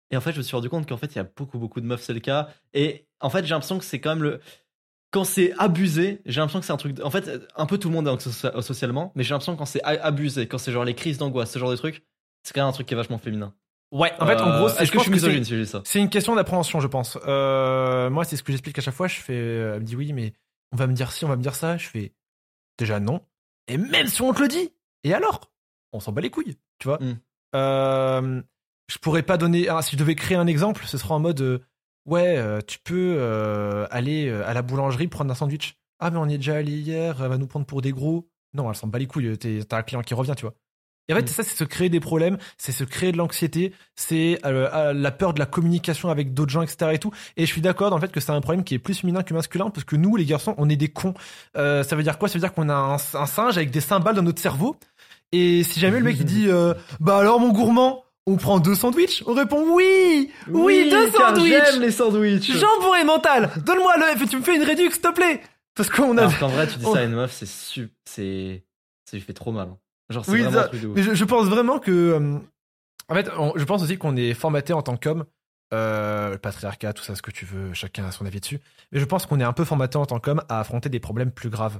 Speaker 2: Et en fait, je me suis rendu compte qu'en fait, il y a beaucoup, beaucoup de meufs, c'est le cas. Et en fait, j'ai l'impression que c'est quand même le. Quand c'est abusé, j'ai l'impression que c'est un truc. En fait, un peu tout le monde est anxieux socialement, mais j'ai l'impression que quand c'est abusé, quand c'est genre les crises d'angoisse, ce genre de truc, c'est quand même un truc qui est vachement féminin.
Speaker 1: Ouais, en fait, en
Speaker 2: Euh,
Speaker 1: gros, c'est,
Speaker 2: est-ce que je suis misogyne si je dis ça?
Speaker 1: C'est une question d'appréhension, je pense. Euh, moi, c'est ce que j'explique à chaque fois. Je fais, euh, elle me dit oui, mais on va me dire ci, on va me dire ça. Je fais déjà non. Et même si on te le dit, et alors? On s'en bat les couilles, tu vois.
Speaker 2: Mm.
Speaker 1: Euh, je pourrais pas donner. Ah, si je devais créer un exemple, ce serait en mode euh, ouais, euh, tu peux euh, aller euh, à la boulangerie prendre un sandwich. Ah, mais on y est déjà allé hier, elle va nous prendre pour des gros. Non, elle s'en bat les couilles. T'es- T'as un client qui revient, tu vois. Et en fait,
Speaker 2: Mm.
Speaker 1: ça, c'est se créer des problèmes, c'est se créer de l'anxiété, c'est euh, la peur de la communication avec d'autres gens, et cetera. Et tout. Et je suis d'accord dans le fait que c'est un problème qui est plus féminin que masculin, parce que nous, les garçons, on est des cons. Euh, ça veut dire quoi? Ça veut dire qu'on a un, un singe avec des cymbales dans notre cerveau. Et si jamais le mec il dit, euh, bah alors mon gourmand, on prend deux sandwichs, on répond oui, oui, deux
Speaker 2: car
Speaker 1: sandwichs.
Speaker 2: J'aime les sandwichs.
Speaker 1: Jambon et mental. Donne-moi le, tu me fais une réduc, s'il te plaît. Parce qu'on a.
Speaker 2: Alors qu'en vrai, tu dis ça à une meuf, c'est su... c'est ça lui fait trop mal. Genre, c'est
Speaker 1: Oui,
Speaker 2: vraiment
Speaker 1: ça-
Speaker 2: un truc de ouf.
Speaker 1: mais je, je pense vraiment que. euh, en fait, on- je pense aussi qu'on est formaté en tant qu'homme. Euh, le patriarcat, tout ça, ce que tu veux, chacun a son avis dessus. Mais je pense qu'on est un peu formaté en tant qu'homme à affronter des problèmes plus graves.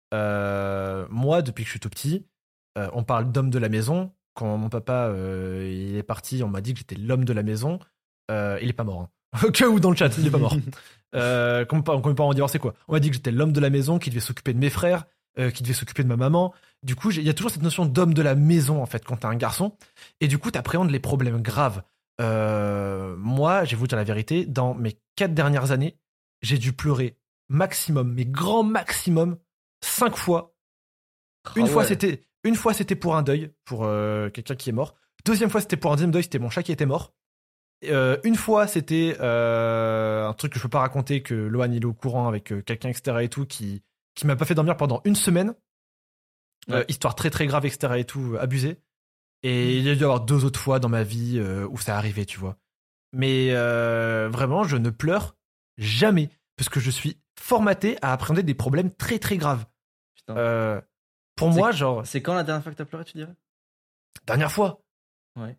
Speaker 1: Euh, moi, depuis que je suis tout petit, euh, on parle d'homme de la maison. Quand mon papa euh, il est parti, on m'a dit que j'étais l'homme de la maison. Euh, il est pas mort. Hein. Au cas où dans le chat, il est pas mort. Euh, comme, comme mes parents divorcés, quoi. On m'a dit que j'étais l'homme de la maison, qui devait s'occuper de mes frères, euh, qui devait s'occuper de ma maman. Du coup, j'ai- il y a toujours cette notion d'homme de la maison, en fait, quand t'es un garçon. Et du coup, t'appréhendes les problèmes graves. Euh, moi, je vais vous dire la vérité, dans mes quatre dernières années, j'ai dû pleurer maximum, mais grand maximum, cinq fois. Une
Speaker 2: Ah
Speaker 1: fois,
Speaker 2: ouais.
Speaker 1: c'était une fois c'était pour un deuil, pour euh, quelqu'un qui est mort. Deuxième fois, c'était pour un deuxième deuil, c'était mon chat qui était mort. Euh, une fois, c'était euh, un truc que je peux pas raconter, que Lohan il est au courant avec euh, quelqu'un, et cetera et tout, qui, qui m'a pas fait dormir pendant une semaine. Euh,
Speaker 2: Ouais.
Speaker 1: histoire très très grave, et cetera et tout, euh, abusé. Et il y a dû y avoir deux autres fois dans ma vie euh, où ça arrivait, tu vois. Mais euh, vraiment, je ne pleure jamais, parce que je suis formaté à appréhender des problèmes très très graves.
Speaker 2: Putain.
Speaker 1: Euh, pour
Speaker 2: C'est-
Speaker 1: moi, genre,
Speaker 2: C'est quand la dernière fois que t'as pleuré, tu dirais?
Speaker 1: dernière fois,
Speaker 2: Ouais.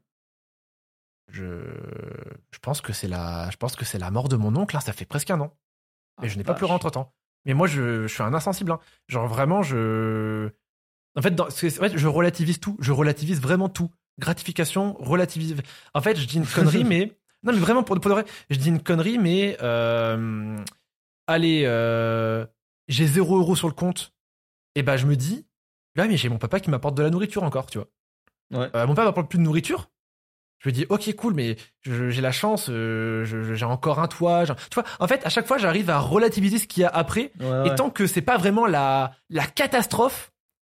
Speaker 1: je, je pense que c'est la, je pense que c'est la mort de mon oncle. Hein, ça fait presque un an. Et
Speaker 2: Ah,
Speaker 1: je n'ai pas
Speaker 2: vache.
Speaker 1: pleuré entre temps. Mais moi, je, je suis un insensible. Hein. Genre vraiment, je. En fait, dans, c'est- en fait, je relativise tout. Je relativise vraiment tout. Gratification, relativise. En fait, je dis une connerie, mais. Non, mais vraiment, pour, pour de vrai, je dis une connerie, mais. Euh... Allez, euh... j'ai zéro euro sur le compte. Et bah, je me dis. Ah, mais j'ai mon papa qui m'apporte de la nourriture encore, tu vois.
Speaker 2: Ouais.
Speaker 1: Euh, mon père m'apporte plus de nourriture. Je me dis, ok, cool, mais je- j'ai la chance, euh, je- je- j'ai encore un toit. j'ai- Tu vois, en fait, à chaque fois, j'arrive à relativiser ce qu'il y a après.
Speaker 2: Ouais, ouais.
Speaker 1: Et tant que c'est pas vraiment la, la catastrophe,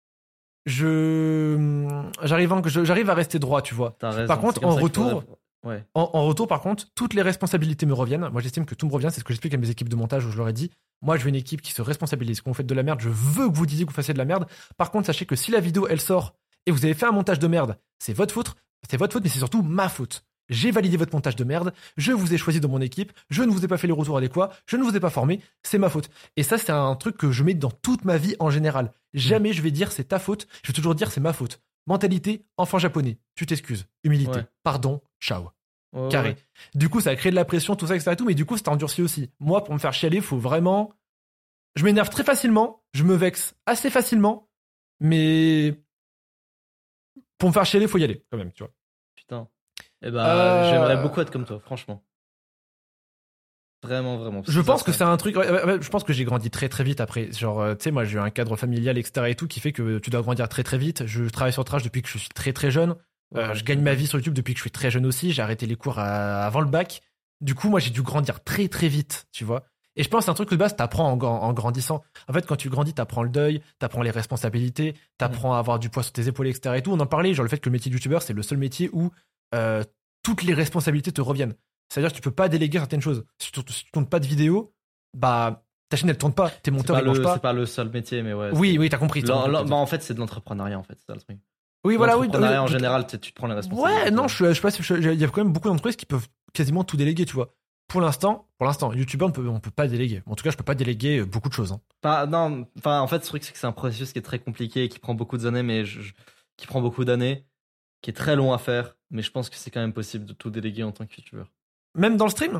Speaker 1: je j'arrive en- je- j'arrive à rester droit, tu vois.
Speaker 2: T'as raison.
Speaker 1: Par contre,
Speaker 2: c'est comme
Speaker 1: en
Speaker 2: ça qu'il
Speaker 1: retour,
Speaker 2: faudrait- Ouais.
Speaker 1: En, en retour, par contre, toutes les responsabilités me reviennent. Moi, j'estime que tout me revient. C'est ce que j'explique à mes équipes de montage où je leur ai dit, moi, je veux une équipe qui se responsabilise. Quand vous faites de la merde, je veux que vous disiez que vous fassiez de la merde. Par contre, sachez que si la vidéo, elle sort et vous avez fait un montage de merde, c'est votre faute. C'est votre faute, mais c'est surtout ma faute. J'ai validé votre montage de merde. Je vous ai choisi dans mon équipe. Je ne vous ai pas fait les retours adéquats. Je ne vous ai pas formé. C'est ma faute. Et ça, c'est un truc que je mets dans toute ma vie en général. Jamais je vais dire c'est ta faute. Je vais toujours dire c'est ma faute. Mentalité, enfant japonais. Tu t'excuses. Humilité.
Speaker 2: Ouais.
Speaker 1: Pardon. Ciao.
Speaker 2: Ouais,
Speaker 1: Carré.
Speaker 2: ouais.
Speaker 1: Du coup, ça a créé de la pression, tout ça, et cetera et tout, mais du coup, ça endurci aussi. Moi, pour me faire chialer, faut vraiment. Je m'énerve très facilement, je me vexe assez facilement, mais pour me faire chialer, faut y aller, quand même, tu vois.
Speaker 2: Putain. Eh ben,
Speaker 1: Euh,
Speaker 2: j'aimerais beaucoup être comme toi, franchement. Vraiment, vraiment.
Speaker 1: Je pense que
Speaker 2: ça.
Speaker 1: c'est un truc. ouais, ouais, ouais, je pense que j'ai grandi très très vite après. Genre, euh, tu sais, moi, j'ai eu un cadre familial, et cetera et tout, qui fait que tu dois grandir très très vite. Je travaille sur Trash depuis que je suis très très jeune. Euh,
Speaker 2: Ouais.
Speaker 1: je gagne ma vie sur YouTube depuis que je suis très jeune aussi. J'ai arrêté les cours à- avant le bac. Du coup, moi, j'ai dû grandir très très vite, tu vois. Et je pense que c'est un truc que de base, t'apprends en, en grandissant. En fait, quand tu grandis, t'apprends le deuil, t'apprends les responsabilités, t'apprends à avoir du poids sur tes épaules, et cetera et tout. On en parlait, genre le fait que le métier de youtubeur, c'est le seul métier où euh, toutes les responsabilités te reviennent. C'est-à-dire que tu peux pas déléguer certaines choses. Si tu, si tu tournes pas de vidéo, bah ta chaîne elle tourne pas, tes
Speaker 2: C'est
Speaker 1: monteurs
Speaker 2: pas,
Speaker 1: ils mangent
Speaker 2: le,
Speaker 1: pas.
Speaker 2: c'est pas le seul métier, mais ouais.
Speaker 1: Oui,
Speaker 2: c'est-
Speaker 1: oui, t'as compris. t'as
Speaker 2: L'en-
Speaker 1: compris,
Speaker 2: l'en-
Speaker 1: t'as
Speaker 2: bah, en fait, c'est de l'entrepreneuriat, en fait. C'est ça le truc.
Speaker 1: Oui, voilà, oui.
Speaker 2: L'entrepreneuriat, en
Speaker 1: euh,
Speaker 2: général, tu tu te prends les responsabilités.
Speaker 1: Ouais, non, je, suis- je sais pas si je- il y a quand même beaucoup d'entreprises qui peuvent quasiment tout déléguer, tu vois. Pour l'instant, pour l'instant, youtubeur, on peut, on peut pas déléguer. En tout cas, je peux pas déléguer euh, beaucoup de choses. Hein.
Speaker 2: Pas- non, enfin, en fait, ce truc, c'est que c'est un processus qui est très compliqué, qui prend beaucoup d'années, mais je- je- qui prend beaucoup d'années, qui est très long à faire, mais je pense que c'est quand même possible de tout déléguer en tant que youtubeur.
Speaker 1: Même dans le stream?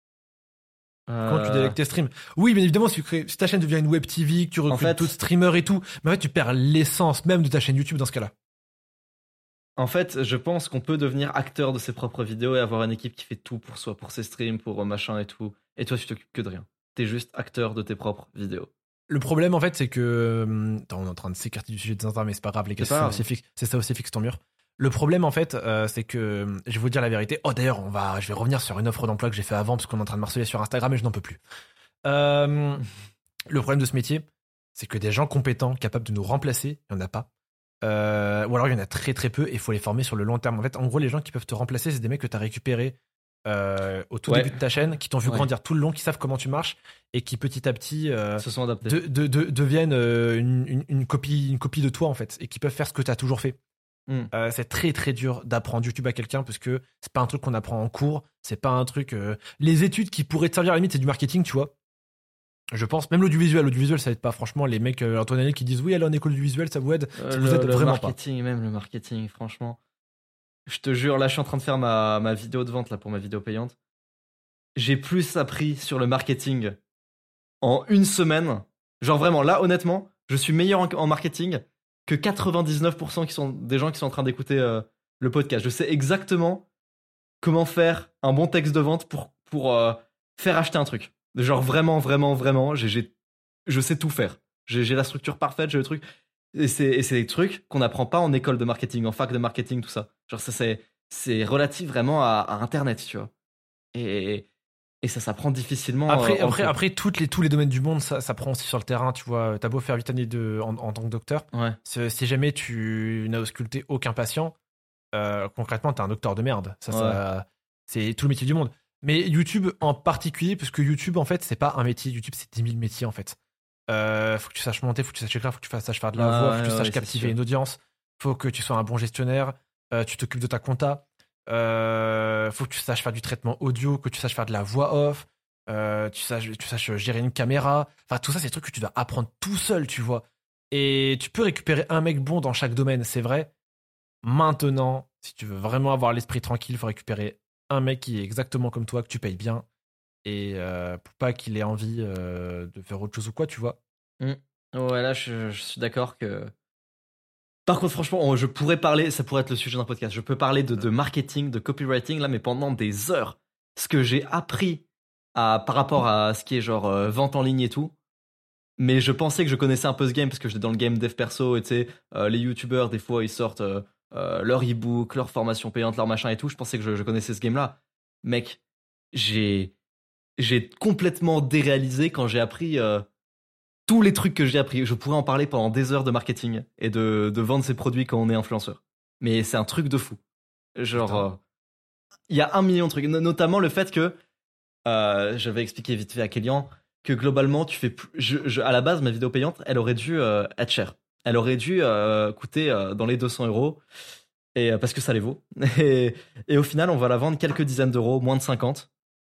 Speaker 1: Quand tu
Speaker 2: Euh,
Speaker 1: délègues tes streams. Oui, bien évidemment, si, tu crées, si ta chaîne devient une web T V, que tu recrutes
Speaker 2: fait-
Speaker 1: d'autres streamers et tout, mais en fait, tu perds l'essence même de ta chaîne YouTube dans ce cas-là.
Speaker 2: En fait, je pense qu'on peut devenir acteur de ses propres vidéos et avoir une équipe qui fait tout pour soi, pour ses streams, pour euh, machin et tout. Et toi, tu t'occupes que de rien. T'es juste acteur de tes propres vidéos.
Speaker 1: Le problème, en fait, c'est que. hum, Attends, on est en train de s'écarter du sujet des intérêts, mais c'est pas grave, les gars,
Speaker 2: C'est
Speaker 1: c'est
Speaker 2: pas
Speaker 1: ça,
Speaker 2: grave.
Speaker 1: aussi fixe, c'est ça aussi fixe ton mur. Le problème, en fait, euh, c'est que. hum, Je vais vous dire la vérité. Oh, d'ailleurs, on va, je vais revenir sur une offre d'emploi que j'ai fait avant, parce qu'on est en train de marceler sur Instagram et je n'en peux plus. Euh, le problème de ce métier, c'est que des gens compétents, capables de nous remplacer, il n'y en a pas. Euh, ou alors il y en a très très peu et il faut les former sur le long terme. En fait, en gros, les gens qui peuvent te remplacer, c'est des mecs que tu as récupérés euh, au tout
Speaker 2: Ouais.
Speaker 1: début de ta chaîne, qui t'ont vu
Speaker 2: Ouais.
Speaker 1: grandir tout le long, qui savent comment tu marches et qui petit à petit euh,
Speaker 2: Se sont adaptés.
Speaker 1: de, de- de- deviennent euh, une, une- une copie, une copie de toi en fait et qui peuvent faire ce que tu as toujours fait.
Speaker 2: Hmm.
Speaker 1: Euh, c'est très très dur d'apprendre YouTube à quelqu'un parce que c'est pas un truc qu'on apprend en cours, c'est pas un truc. euh, Les études qui pourraient te servir à la limite, c'est du marketing, tu vois. Je pense, même l'audiovisuel, l'audiovisuel ça aide pas. Franchement, les mecs euh, Antoine Allais qui disent oui, allez en école audiovisuelle, ça vous aide.
Speaker 2: Euh,
Speaker 1: ça
Speaker 2: le,
Speaker 1: vous aide
Speaker 2: le
Speaker 1: vraiment pas.
Speaker 2: marketing, même le marketing, franchement. Je te jure, là, je suis en train de faire ma, ma vidéo de vente là, pour ma vidéo payante. J'ai plus appris sur le marketing en une semaine. Genre vraiment, là, honnêtement, je suis meilleur en, en marketing que quatre-vingt-dix-neuf pour cent qui sont des gens qui sont en train d'écouter euh, le podcast. Je sais exactement comment faire un bon texte de vente pour, pour euh, faire acheter un truc. Genre vraiment, vraiment, vraiment, j'ai, j'ai, je sais tout faire. J'ai, j'ai la structure parfaite, j'ai le truc. Et c'est, et c'est des trucs qu'on n'apprend pas en école de marketing, en fac de marketing, tout ça. Genre ça, c'est, c'est relatif vraiment à, à Internet, tu vois. Et, et ça s'apprend difficilement.
Speaker 1: Après,
Speaker 2: euh, en
Speaker 1: après,
Speaker 2: cours.
Speaker 1: après toutes les, tous les domaines du monde, ça, ça prend aussi sur le terrain, tu vois. T'as beau faire huit années de, en, en tant que docteur,
Speaker 2: Ouais.
Speaker 1: si, si jamais tu n'as ausculté aucun patient, euh, concrètement, t'es un docteur de merde. Ça,
Speaker 2: Ouais.
Speaker 1: ça, c'est tout le métier du monde. Mais YouTube en particulier, parce que YouTube, en fait, c'est pas un métier. YouTube, c'est dix mille métiers, en fait. Euh, faut que tu saches monter, faut que tu saches écrire, faut que tu saches faire de la
Speaker 2: Ah,
Speaker 1: voix, faut que
Speaker 2: ouais,
Speaker 1: tu saches
Speaker 2: ouais, c'est
Speaker 1: captiver
Speaker 2: sûr.
Speaker 1: une audience, faut que tu sois un bon gestionnaire, euh, tu t'occupes de ta compta, euh, faut que tu saches faire du traitement audio, que tu saches faire de la voix off, euh, tu saches, tu saches gérer une caméra. Enfin, tout ça, c'est des trucs que tu dois apprendre tout seul, tu vois. Et tu peux récupérer un mec bon dans chaque domaine, c'est vrai. Maintenant, si tu veux vraiment avoir l'esprit tranquille, il faut récupérer un mec qui est exactement comme toi, que tu payes bien, et euh, pour pas qu'il ait envie euh, de faire autre chose ou quoi, tu vois.
Speaker 2: Ouais, là, je, je suis d'accord que. Par contre, franchement, on- je pourrais parler, ça pourrait être le sujet d'un podcast. Je peux parler de, de marketing, de copywriting, là, mais pendant des heures. Ce que j'ai appris à, par rapport à ce qui est genre euh, vente en ligne et tout. Mais je pensais que je connaissais un peu ce game parce que j'étais dans le game dev perso et tu sais, euh, les youtubeurs, des fois, ils sortent euh, euh, leur e-book, leur formation payante, leur machin et tout. Je pensais que je, je connaissais ce game-là. Mec, j'ai, j'ai complètement déréalisé quand j'ai appris. euh, tous les trucs que j'ai appris. Je pourrais en parler pendant des heures de marketing et de, de vendre ses produits quand on est influenceur. Mais c'est un truc de fou. Genre,
Speaker 1: Putain.
Speaker 2: euh, il y a un million de trucs. No- notamment le fait que, euh, j'avais expliqué vite fait à Kélian, que globalement, tu fais plus, je, je- à la base, ma vidéo payante, elle aurait dû euh, être chère. Elle aurait dû euh, coûter euh, dans les deux cents euros. Et, euh, parce que ça les vaut. Et, et au final, on va la vendre quelques dizaines d'euros, moins de cinquante.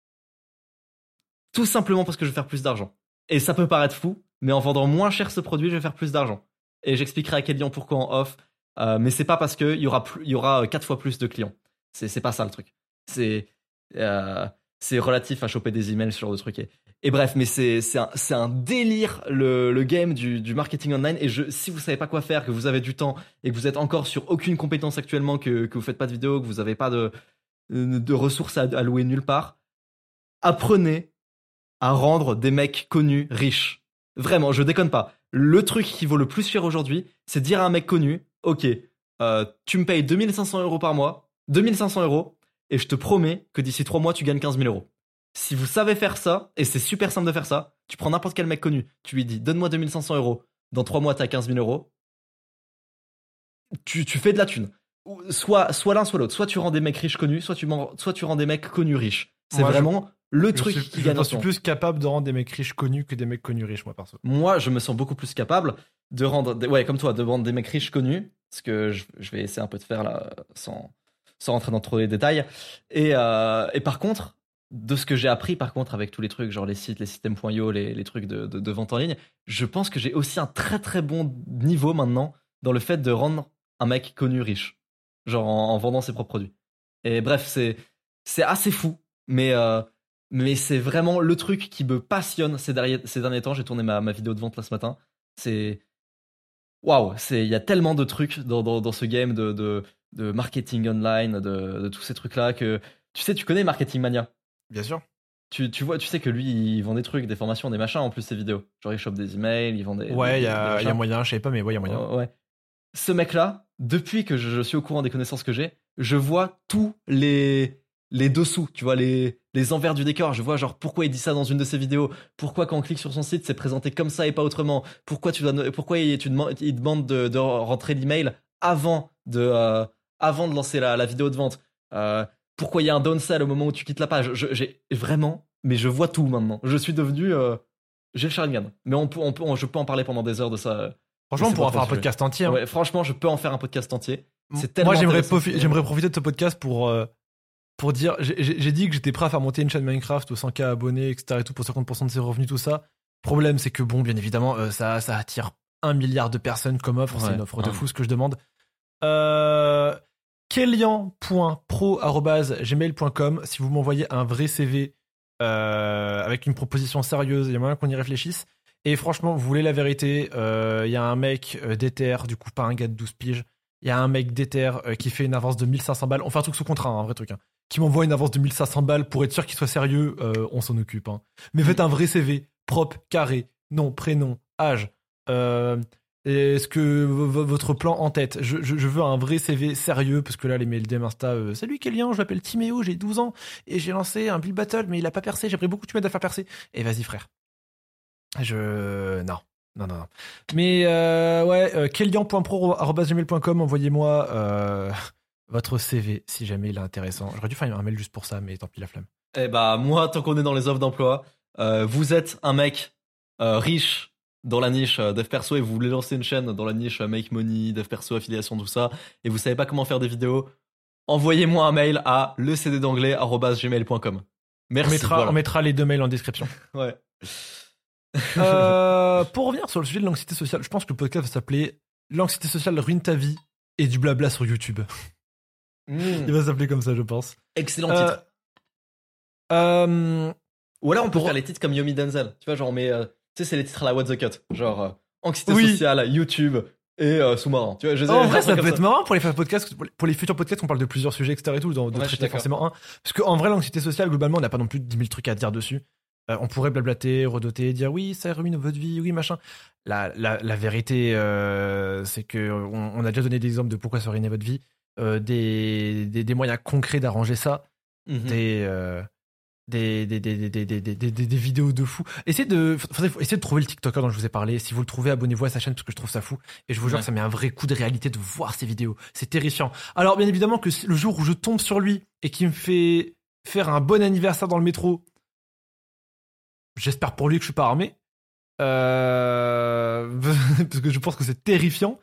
Speaker 2: Tout simplement parce que je vais faire plus d'argent. Et ça peut paraître fou, mais en vendant moins cher ce produit, je vais faire plus d'argent. Et j'expliquerai à Kélian pourquoi en off. Euh, mais c'est pas parce qu'il y aura, plus- il y aura euh, quatre fois plus de clients. C'est, c'est pas ça le truc. C'est, euh, c'est relatif à choper des emails, ce genre de trucs. Et, et bref, mais c'est, c'est, un, c'est un délire le, le game du, du marketing online. Et je, si vous savez pas quoi faire, que vous avez du temps et que vous êtes encore sur aucune compétence actuellement, que, que vous faites pas de vidéo, que vous avez pas de, de ressources à allouer nulle part, apprenez à rendre des mecs connus riches. Vraiment, je déconne pas. Le truc qui vaut le plus cher aujourd'hui, c'est dire à un mec connu, ok, euh, tu me payes deux mille cinq cents euros par mois, deux mille cinq cents euros, et je te promets que d'ici trois mois, tu gagnes quinze mille euros. Si vous savez faire ça, et c'est super simple de faire ça, tu prends n'importe quel mec connu, tu lui dis, donne-moi deux mille cinq cents euros, dans trois mois, t'as quinze mille euros, tu, tu fais de la thune. Ou- Soit, soit l'un, soit l'autre. Soit tu rends des mecs riches connus, soit tu, m'en- soit tu rends des mecs connus riches. C'est
Speaker 1: Moi, je-
Speaker 2: vraiment le
Speaker 1: Je
Speaker 2: truc
Speaker 1: suis,
Speaker 2: qui
Speaker 1: je
Speaker 2: gagne en
Speaker 1: me
Speaker 2: ce
Speaker 1: suis
Speaker 2: moment.
Speaker 1: plus capable de rendre des mecs riches connus que des mecs connus riches, moi, perso.
Speaker 2: Moi, je me sens beaucoup plus capable de rendre, des- ouais, comme toi, de rendre des mecs riches connus, ce que je, je vais essayer un peu de faire là, sans, sans rentrer dans trop les détails. Et, euh, et par contre, de ce que j'ai appris, par contre, avec tous les trucs, genre les sites, les systèmes.io, les, les trucs de, de, de vente en ligne, je pense que j'ai aussi un très très bon niveau maintenant dans le fait de rendre un mec connu riche. genre en, en vendant ses propres produits. Et bref, c'est c'est assez fou, mais euh, mais c'est vraiment le truc qui me passionne ces derniers ces derniers temps. J'ai tourné ma ma vidéo de vente là ce matin. C'est waouh, c'est il y a tellement de trucs dans dans, dans ce game de de de marketing online, de de tous ces trucs là que tu sais, tu connais Marketing Mania.
Speaker 1: Bien sûr.
Speaker 2: Tu, tu vois, tu sais que lui, il vend des trucs, des formations, des machins en plus ses vidéos. Genre, il chope des emails, il vend des.
Speaker 1: Ouais, il
Speaker 2: des,
Speaker 1: y, a-
Speaker 2: des
Speaker 1: y a moyen, je sais pas, mais ouais, il y a moyen.
Speaker 2: Euh, ouais. Ce mec-là, depuis que je, je suis au courant des connaissances que j'ai, je vois tous les les dessous, tu vois, les les envers du décor. Je vois genre pourquoi il dit ça dans une de ses vidéos, pourquoi quand on clique sur son site, c'est présenté comme ça et pas autrement. Pourquoi tu dois, pourquoi il, tu demandes, il demande de, de rentrer l'email avant de euh, avant de lancer la, la vidéo de vente. Euh, pourquoi il y a un downsell au moment où tu quittes la page. Je- J'ai vraiment, mais je vois tout maintenant. Je suis devenu, euh, j'ai le Sharingan. Mais on peut, on peut, on- je peux en parler pendant des heures de ça. euh,
Speaker 1: Franchement,
Speaker 2: mais
Speaker 1: on pourra
Speaker 2: c'est
Speaker 1: faire
Speaker 2: pas
Speaker 1: un
Speaker 2: trop le
Speaker 1: podcast entier. hein.
Speaker 2: Ouais, franchement, je peux en faire un podcast entier. C'est
Speaker 1: Moi,
Speaker 2: tellement
Speaker 1: j'aimerais,
Speaker 2: intéressant.
Speaker 1: profi- j'aimerais profiter de ce podcast pour, euh, pour dire, j'ai, j'ai j'ai dit que j'étais prêt à faire monter une chaîne Minecraft aux cent K abonnés, et cetera et tout, pour cinquante pour cent de ses revenus, tout ça. Problème, c'est que bon, bien évidemment, euh, ça, ça attire un milliard de personnes comme offre. C'est
Speaker 2: Ouais,
Speaker 1: une offre de
Speaker 2: un-
Speaker 1: fou ce que je demande. Euh, Kélian point pro arobase gmail point com. Si vous m'envoyez un vrai C V euh, avec une proposition sérieuse, il y a moyen qu'on y réfléchisse. Et franchement, vous voulez la vérité, euh, il y a un mec euh, d'éther, du coup pas un gars de douze piges, il y a un mec d'éther euh, qui fait une avance de mille cinq cents balles, on fait un truc sous contrat, hein, un vrai truc, hein, qui m'envoie une avance de mille cinq cents balles pour être sûr qu'il soit sérieux, euh, on s'en occupe. Hein. Mais faites un vrai C V, propre, carré, nom, prénom, âge, euh, est-ce que v- votre plan en tête, je, je, je veux un vrai C V sérieux, parce que là les mails D M Insta, euh, salut Kélian, je m'appelle Timéo, j'ai douze ans, et j'ai lancé un Build Battle, mais il a pas percé, j'ai pris beaucoup de m'aides à faire percer. Et vas-y frère. Je... Non. Non, non, non. Mais euh, ouais, euh, kélian point pro arobase gmail point com, envoyez-moi euh, votre C V si jamais il est intéressant. J'aurais dû faire un mail juste pour ça, mais tant pis, la flamme.
Speaker 2: Eh bah, moi, tant qu'on est dans les offres d'emploi, euh, vous êtes un mec euh, riche dans la niche euh, dev perso et vous voulez lancer une chaîne dans la niche euh, make money, dev perso, affiliation, tout ça, et vous savez pas comment faire des vidéos, envoyez-moi un mail à le c d d'anglais arobase gmail point com. Merci.
Speaker 1: On mettra,
Speaker 2: voilà.
Speaker 1: on mettra les deux mails en description.
Speaker 2: Ouais.
Speaker 1: Euh, pour revenir sur le sujet de l'anxiété sociale, je pense que le podcast va s'appeler L'anxiété sociale ruine ta vie et du blabla sur YouTube.
Speaker 2: Mmh.
Speaker 1: Il va s'appeler comme ça, je pense.
Speaker 2: Excellent
Speaker 1: Euh,
Speaker 2: titre.
Speaker 1: Euh,
Speaker 2: Ou alors on peut
Speaker 1: pour-
Speaker 2: faire les titres comme Yomi Denzel. Tu vois, genre, mais euh, tu sais, c'est les titres à la What the Cut. Genre, euh, anxiété
Speaker 1: Oui.
Speaker 2: sociale, YouTube et euh, sous-marin. Tu vois, je
Speaker 1: Oh, en
Speaker 2: un
Speaker 1: vrai,
Speaker 2: truc
Speaker 1: ça
Speaker 2: comme
Speaker 1: peut être marrant pour les, podcasts, pour les futurs podcasts, on parle de plusieurs sujets, et cetera et tout, de, de
Speaker 2: Ouais, je suis
Speaker 1: traiter
Speaker 2: d'accord.
Speaker 1: forcément un. Parce qu'en vrai, l'anxiété sociale, globalement, on n'a pas non plus dix mille trucs à dire dessus. Euh, on pourrait blablater, redoter, dire oui, ça ruine votre vie, oui, machin. La, la, la vérité, euh, c'est que on, on a déjà donné des exemples de pourquoi ça ruinait votre vie, euh, des, des, des moyens concrets d'arranger ça,
Speaker 2: Mhm.
Speaker 1: des, euh, des, des, des, des, des, des, des, des- des vidéos de fou. Essayez de, faudrait- faut essayer de trouver le TikToker dont je vous ai parlé. Si vous le trouvez, abonnez-vous à sa chaîne parce que je trouve ça fou. Et je vous jure
Speaker 2: Ouais.
Speaker 1: que ça met un vrai coup de réalité de voir ces vidéos. C'est terrifiant. Alors, bien évidemment que si- le jour où je tombe sur lui et qu'il me fait faire un bon anniversaire dans le métro, j'espère pour lui que je suis pas armé. Euh... parce que je pense que c'est terrifiant.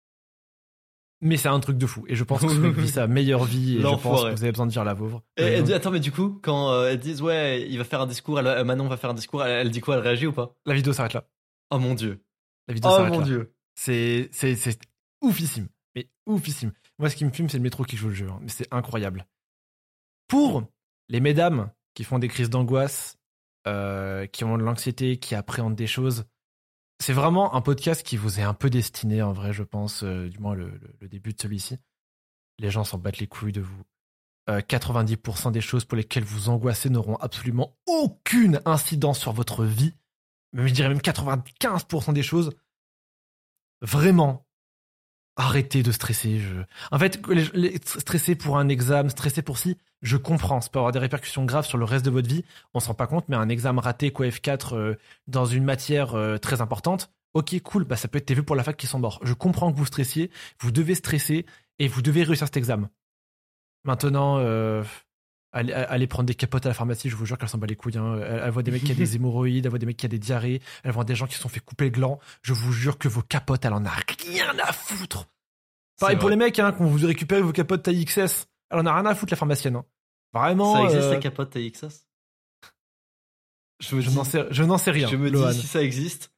Speaker 1: Mais c'est un truc de fou. Et je pense que ce mec vit sa meilleure vie. Et je pense
Speaker 2: L'enfoiré.
Speaker 1: que vous avez besoin de dire la pauvre.
Speaker 2: Et elle
Speaker 1: Donc,
Speaker 2: dit, attends, mais du coup, quand euh, elles disent, ouais, il va faire un discours, elle, euh, Manon va faire un discours, elle, elle dit quoi? Elle réagit ou pas?
Speaker 1: la vidéo s'arrête là.
Speaker 2: Oh mon dieu.
Speaker 1: La vidéo
Speaker 2: Oh
Speaker 1: s'arrête
Speaker 2: mon
Speaker 1: là.
Speaker 2: dieu.
Speaker 1: C'est, c'est, c'est oufissime. Mais oufissime. Moi, ce qui me fume, c'est le métro qui joue le jeu. hein. Mais c'est incroyable. Pour les mesdames qui font des crises d'angoisse, euh, qui ont de l'anxiété, qui appréhendent des choses, c'est vraiment un podcast qui vous est un peu destiné, en vrai, je pense, euh, du moins le, le- le début de celui-ci. Les gens s'en battent les couilles de vous. Euh, quatre-vingt-dix pour cent des choses pour lesquelles vous angoissez n'auront absolument aucune incidence sur votre vie. Même, je dirais même quatre-vingt-quinze pour cent des choses. Vraiment, arrêtez de stresser. Je... En fait, les, les- stresser pour un examen, stresser pour si, je comprends. Ça peut avoir des répercussions graves sur le reste de votre vie. On s'en rend pas compte, mais un examen raté, quoi, F quatre, euh, dans une matière euh, très importante, ok, cool, bah, ça peut être tes vœux pour la fac qui sont morts. Je comprends que vous stressiez, vous devez stresser et vous devez réussir cet examen. Maintenant, euh, allez, allez prendre des capotes à la pharmacie, je vous jure qu'elle s'en bat les couilles. Hein. Elle, elle voit des mecs qui ont des hémorroïdes, elle voit des mecs qui ont des diarrhées, elle voit des gens qui se sont fait couper le gland. Je vous jure que vos capotes, elle en a rien à foutre. Pareil
Speaker 2: C'est
Speaker 1: pour
Speaker 2: vrai.
Speaker 1: les mecs, hein, quand vous récupérez vos capotes taille X S, elle en a rien à foutre, la pharmacienne. Hein. Vraiment.
Speaker 2: Ça existe
Speaker 1: euh,
Speaker 2: la capote T X S? Je me
Speaker 1: je
Speaker 2: dis,
Speaker 1: n'en sais, je n'en sais rien.
Speaker 2: je me
Speaker 1: Lohan.
Speaker 2: dis si ça existe,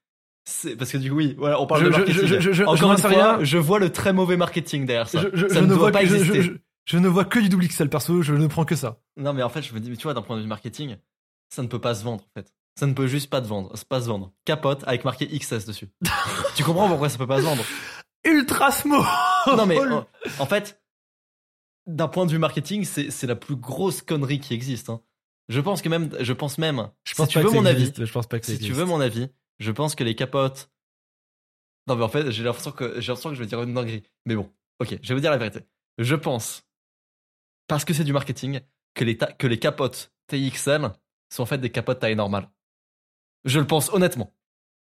Speaker 2: C'est parce que du coup, oui, voilà, on parle
Speaker 1: Je-
Speaker 2: de
Speaker 1: je-
Speaker 2: marketing.
Speaker 1: je- je- je-
Speaker 2: Encore
Speaker 1: je n'en
Speaker 2: une
Speaker 1: sais
Speaker 2: fois,
Speaker 1: rien.
Speaker 2: je vois le très mauvais marketing derrière ça.
Speaker 1: Je, je-
Speaker 2: ça
Speaker 1: je
Speaker 2: ne
Speaker 1: ne
Speaker 2: doit
Speaker 1: vois
Speaker 2: pas
Speaker 1: que, je,
Speaker 2: exister.
Speaker 1: je- je- je ne vois que du double X L perso, je ne prends que ça.
Speaker 2: Non, mais en fait, je me dis, mais tu vois, d'un point de vue marketing, ça ne peut pas se vendre, en fait. Ça ne peut juste pas te vendre, pas se vendre. Capote avec marqué X S dessus. Tu comprends pourquoi ça peut pas se vendre?
Speaker 1: Ultra small.
Speaker 2: Non, mais en, en fait, d'un point de vue marketing, c'est c'est la plus grosse connerie qui existe. Hein. Je pense que même, je pense même,
Speaker 1: Je
Speaker 2: si
Speaker 1: pense
Speaker 2: tu
Speaker 1: pas
Speaker 2: veux
Speaker 1: que ça
Speaker 2: mon avis,
Speaker 1: existe, je pense pas que ça
Speaker 2: si tu
Speaker 1: existe.
Speaker 2: veux mon avis, je pense que les capotes. Non, mais en fait, j'ai l'impression que j'ai l'impression que je vais dire une dinguerie. Mais bon, ok, je vais vous dire la vérité. Je pense, parce que c'est du marketing, que les, ta- que les capotes T X L sont en fait des capotes taille normale. Je le pense honnêtement.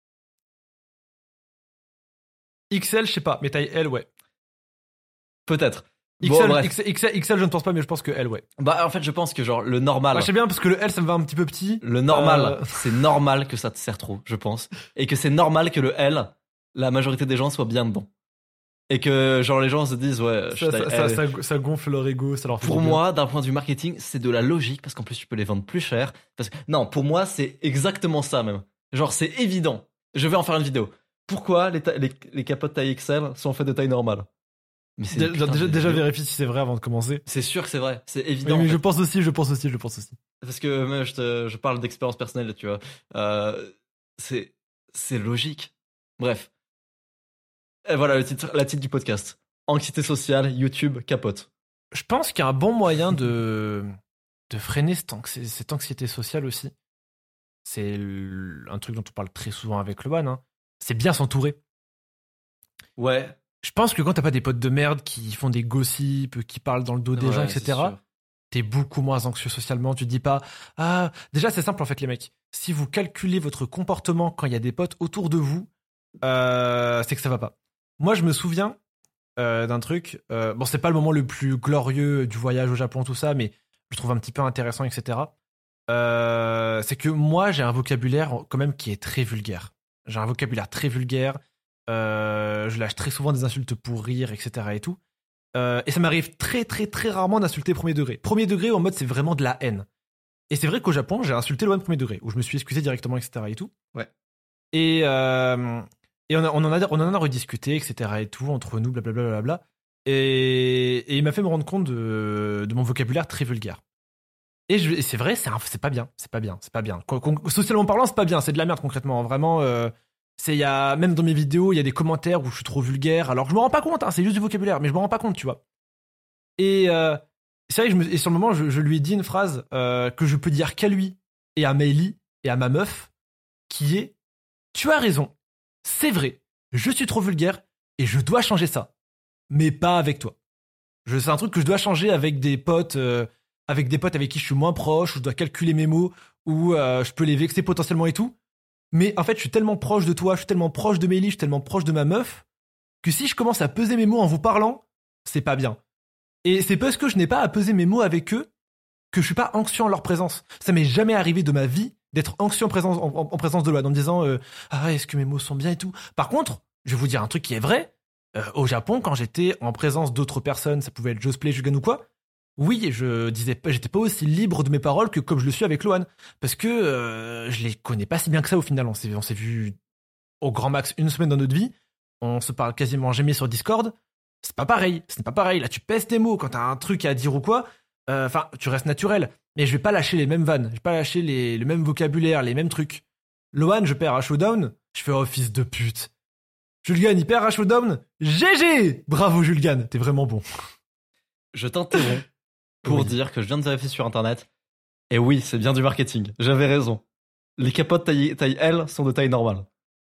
Speaker 1: X L, je sais pas, mais taille L, ouais.
Speaker 2: Peut-être.
Speaker 1: X L,
Speaker 2: Bon, bref.
Speaker 1: X L, X L, X L, je ne pense pas, mais je pense que L, ouais.
Speaker 2: Bah, en fait, je pense que genre le normal.
Speaker 1: Moi, je sais bien parce que le L, ça me va un petit peu petit.
Speaker 2: Le normal,
Speaker 1: Euh.
Speaker 2: c'est normal que ça te sert trop, je pense. Et que c'est normal que le L, la majorité des gens soient bien dedans. Et que genre les gens se disent, ouais, je
Speaker 1: Ça,
Speaker 2: taille
Speaker 1: ça,
Speaker 2: L.
Speaker 1: ça, ça- ça gonfle leur ego, ça leur fait
Speaker 2: Pour
Speaker 1: du bien.
Speaker 2: moi, d'un point de vue marketing, c'est de la logique parce qu'en plus tu peux les vendre plus cher. Parce que non, pour moi, c'est exactement ça même. Genre, c'est évident. Je vais en faire une vidéo. Pourquoi les, ta- les, les capotes taille X L sont faites de taille normale? Mais c'est
Speaker 1: Dé-
Speaker 2: une putain
Speaker 1: déjà,
Speaker 2: de
Speaker 1: déjà
Speaker 2: vidéo.
Speaker 1: vérifie si c'est vrai avant de commencer.
Speaker 2: C'est sûr que c'est vrai. C'est
Speaker 1: Mais,
Speaker 2: évident.
Speaker 1: mais
Speaker 2: en fait.
Speaker 1: je pense aussi, je pense aussi, je pense aussi.
Speaker 2: Parce que moi, je, te- je parle d'expérience personnelle, tu vois. Euh, c'est, c'est logique. Bref. Et voilà le titre, la titre du podcast. Anxiété sociale, YouTube, capote.
Speaker 1: Je pense qu'il y a un bon moyen de, de freiner cette, anxi- cette anxiété sociale aussi. C'est l- un truc dont on parle très souvent avec Loan. Hein. C'est bien s'entourer.
Speaker 2: Ouais.
Speaker 1: Je pense que quand t'as pas des potes de merde qui font des gossips, qui parlent dans le dos des
Speaker 2: Ouais,
Speaker 1: gens,
Speaker 2: c'est
Speaker 1: et cetera,
Speaker 2: sûr.
Speaker 1: t'es beaucoup moins anxieux socialement. Tu te dis pas, ah, déjà c'est simple en fait les mecs. Si vous calculez votre comportement quand il y a des potes autour de vous, euh, c'est que ça va pas. Moi je me souviens euh, d'un truc. Euh, bon, c'est pas le moment le plus glorieux du voyage au Japon, tout ça, mais je trouve un petit peu intéressant, et cetera. Euh, c'est que moi j'ai un vocabulaire quand même qui est très vulgaire. J'ai un vocabulaire très vulgaire. Euh, je lâche très souvent des insultes pour rire, et cetera et tout. Euh, et ça m'arrive très très très rarement d'insulter premier degré. Premier degré en mode c'est vraiment de la haine. Et c'est vrai qu'au Japon j'ai insulté Loan premier degré, où je me suis excusé directement, et cetera et tout.
Speaker 2: Ouais.
Speaker 1: Et, euh, et on, a- on, en a, on en a rediscuté, et cetera et tout, entre nous, blablabla. Bla, bla, bla. Et, et il m'a fait me rendre compte de, de mon vocabulaire très vulgaire. Et, je- et c'est vrai, c'est, un- c'est pas bien, c'est pas bien, c'est pas bien. Con- con- socialement parlant, c'est pas bien, c'est de la merde concrètement. Vraiment, euh, c'est il y a même dans mes vidéos, il y a des commentaires où je suis trop vulgaire. Alors je me rends pas compte, hein, c'est juste du vocabulaire, mais je me rends pas compte, tu vois. Et euh, c'est vrai que je me, et sur le moment, je, je lui ai dit une phrase euh, que je peux dire qu'à lui et à Meili et à ma meuf, qui est tu as raison, c'est vrai, je suis trop vulgaire et je dois changer ça, mais pas avec toi. Je, c'est un truc que je dois changer avec des potes, euh, avec des potes avec qui je suis moins proche, où je dois calculer mes mots, où euh, je peux les vexer potentiellement et tout. Mais en fait, je suis tellement proche de toi, je suis tellement proche de Meili, je suis tellement proche de ma meuf, que si je commence à peser mes mots en vous parlant, c'est pas bien. Et c'est parce que je n'ai pas à peser mes mots avec eux que je suis pas anxieux en leur présence. Ça m'est jamais arrivé de ma vie d'être anxieux en présence, en, en- en présence de Loan, en me disant euh, ah est-ce que mes mots sont bien et tout. Par contre, je vais vous dire un truc qui est vrai. Euh, au Japon, quand j'étais en présence d'autres personnes, ça pouvait être Josplay, Jugan ou quoi. Oui, je disais pas, j'étais pas aussi libre de mes paroles que comme je le suis avec Loan, parce que euh, je les connais pas si bien que ça au final. On s'est, on s'est vu au grand max une semaine dans notre vie. On se parle quasiment jamais sur Discord. C'est pas pareil, ce n'est pas pareil. Là, tu pèses tes mots quand t'as un truc à dire ou quoi. Enfin, tu restes naturel. Mais je vais pas lâcher les mêmes vannes. Je vais pas lâcher les, le même vocabulaire, les mêmes trucs. Loan, je perds à Showdown. Je fais oh fils de pute. Julgan, il perd à Showdown. G G. Bravo Julgan, t'es vraiment bon.
Speaker 2: Je t'interromps pour
Speaker 1: Oui.
Speaker 2: dire que je viens de vérifier sur internet. Et oui, c'est bien du marketing. J'avais raison. Les capotes taille, taille L sont de taille normale.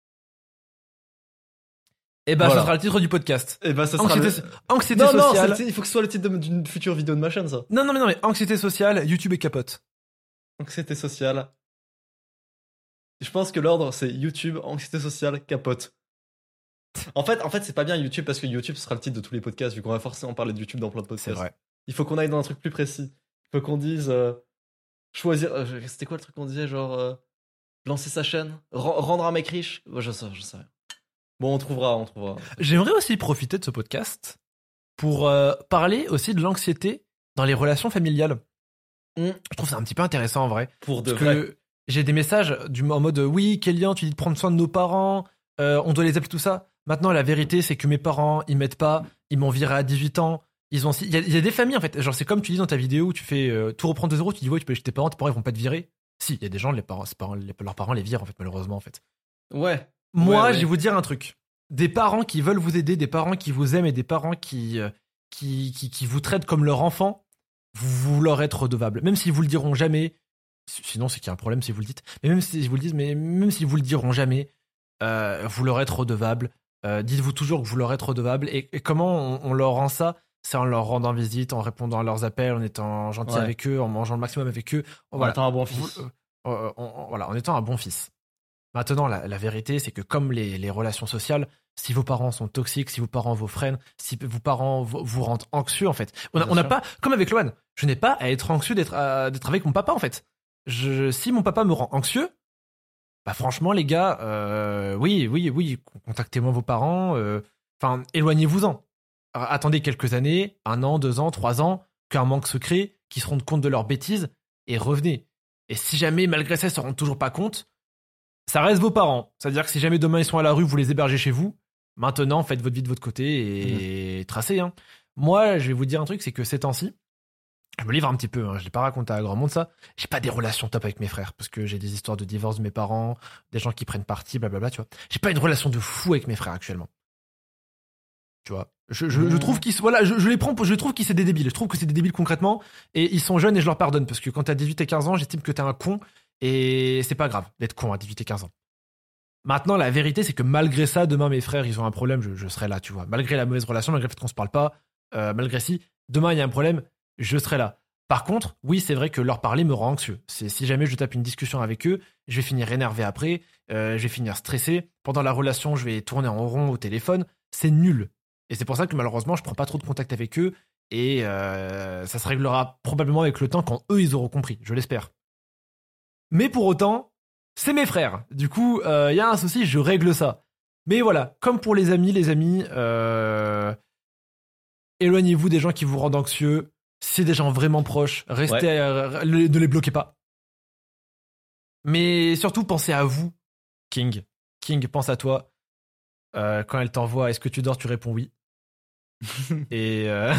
Speaker 1: Et bah,
Speaker 2: Voilà.
Speaker 1: ça sera le titre du podcast.
Speaker 2: Et bah, ça sera
Speaker 1: Anxiété,
Speaker 2: le...
Speaker 1: anxiété
Speaker 2: Non, non,
Speaker 1: sociale.
Speaker 2: c'est- il faut que ce soit le titre de- d'une future vidéo de ma chaîne, ça.
Speaker 1: Non, non, mais non, mais anxiété sociale, YouTube et capote.
Speaker 2: Anxiété sociale. Je pense que l'ordre, c'est YouTube, anxiété sociale, capote. En fait, en fait, c'est pas bien YouTube parce que YouTube ce sera le titre de tous les podcasts vu qu'on va forcément parler de YouTube dans plein de podcasts.
Speaker 1: C'est vrai.
Speaker 2: Il faut qu'on aille dans un truc plus précis. Il faut qu'on dise euh, choisir. euh, C'était quoi le truc qu'on disait genre euh, lancer sa chaîne, Ren- rendre un mec riche. Ouais, je sais, je sais. Bon, on trouvera, on trouvera.
Speaker 1: J'aimerais aussi profiter de ce podcast pour euh, parler aussi de l'anxiété dans les relations familiales.
Speaker 2: Mm.
Speaker 1: Je trouve ça un petit peu intéressant en vrai.
Speaker 2: Pour de
Speaker 1: Parce
Speaker 2: vrai.
Speaker 1: que j'ai des messages du, en mode oui, Kélian, tu dis de prendre soin de nos parents. euh, on doit les appeler tout ça. Maintenant, la vérité, c'est que mes parents, ils m'aident pas, ils m'ont viré à dix-huit ans. Ils ont, il y, a, il y a des familles en fait. Genre, c'est comme tu dis dans ta vidéo où tu fais euh, tout reprendre de zéro. Tu dis ouais, tu peux chez tes parents, tes parents ils vont pas te virer. Si, il y a des gens, les parents, ses parents les, leurs parents les virent en fait, malheureusement en fait.
Speaker 2: Ouais.
Speaker 1: Moi,
Speaker 2: ouais, ouais.
Speaker 1: je vais vous dire un truc. Des parents qui veulent vous aider, des parents qui vous aiment et des parents qui euh, qui, qui qui vous traitent comme leur enfant, vous, vous leur êtes redevable. Même s'ils vous le diront jamais. Sinon, c'est qu'il y a un problème si vous le dites. Mais même si vous le dites, mais même si vous le diront jamais, euh, vous leur êtes redevable. Euh, dites-vous toujours que vous leur êtes redevable. Et, et comment on, on leur rend ça? C'est en leur rendant visite, en répondant à leurs appels, en étant gentil
Speaker 2: Ouais.
Speaker 1: avec eux, en mangeant le maximum avec eux.
Speaker 2: En
Speaker 1: Voilà.
Speaker 2: étant un bon
Speaker 1: Vous-
Speaker 2: fils.
Speaker 1: euh, euh, on- on- voilà, en étant un bon fils. Maintenant, la, la vérité, c'est que comme les, les relations sociales, si vos parents sont toxiques, si vos parents vous freinent, si vos parents vous, vous rendent anxieux, en fait, on a-
Speaker 2: Bien
Speaker 1: on n'a
Speaker 2: sûr.
Speaker 1: pas, comme avec Loan, je n'ai pas à être anxieux d'être euh, d'être avec mon papa, en fait. Je, si mon papa me rend anxieux, bah franchement, les gars, euh, oui, oui, oui, contactez-moi vos parents, euh, enfin, éloignez-vous-en. Alors, attendez quelques années, un an, deux ans, trois ans, qu'un manque se crée, qu'ils se rendent compte de leurs bêtises, et revenez. Et si jamais, malgré ça, ils se rendent toujours pas compte, ça reste vos parents. C'est-à-dire que si jamais demain ils sont à la rue, vous les hébergez chez vous, maintenant, faites votre vie de votre côté et tracez. Hein. Moi, je vais vous dire un truc, c'est que ces temps-ci, je me livre un petit peu, hein, je l'ai pas raconté à grand monde ça, j'ai pas des relations top avec mes frères, parce que j'ai des histoires de divorce de mes parents, des gens qui prennent parti, blablabla, tu vois. J'ai pas une relation de fou avec mes frères actuellement. Tu vois. Je, je, je trouve qu'ils voilà, je, je les prends, je trouve qu'ils c'est des débiles. Je trouve que c'est des débiles concrètement, et ils sont jeunes et je leur pardonne, parce que quand t'as dix-huit et quinze ans, j'estime que t'es un con, et c'est pas grave d'être con à dix-huit et quinze ans. Maintenant, la vérité, c'est que malgré ça, demain, mes frères, ils ont un problème, je, je serai là, tu vois. Malgré la mauvaise relation, malgré le fait qu'on se parle pas, euh, malgré si, demain, il y a un problème, je serai là. Par contre, oui, c'est vrai que leur parler me rend anxieux. C'est, si jamais je tape une discussion avec eux, je vais finir énervé après, euh, je vais finir stressé. Pendant la relation, je vais tourner en rond au téléphone. C'est nul. Et c'est pour ça que malheureusement, je prends pas trop de contact avec eux. Et euh, ça se réglera probablement avec le temps quand eux, ils auront compris. Je l'espère. Mais pour autant, c'est mes frères. Du coup, il euh, y a un souci, je règle ça. Mais voilà, comme pour les amis, les amis, euh, éloignez-vous des gens qui vous rendent anxieux. Si c'est des gens vraiment proches, restez,
Speaker 2: Ouais.
Speaker 1: euh, le- ne les bloquez pas. Mais surtout, pensez à vous, King. King, pense à toi. Euh, quand elle t'envoie, est-ce que tu dors, tu réponds oui. Et euh,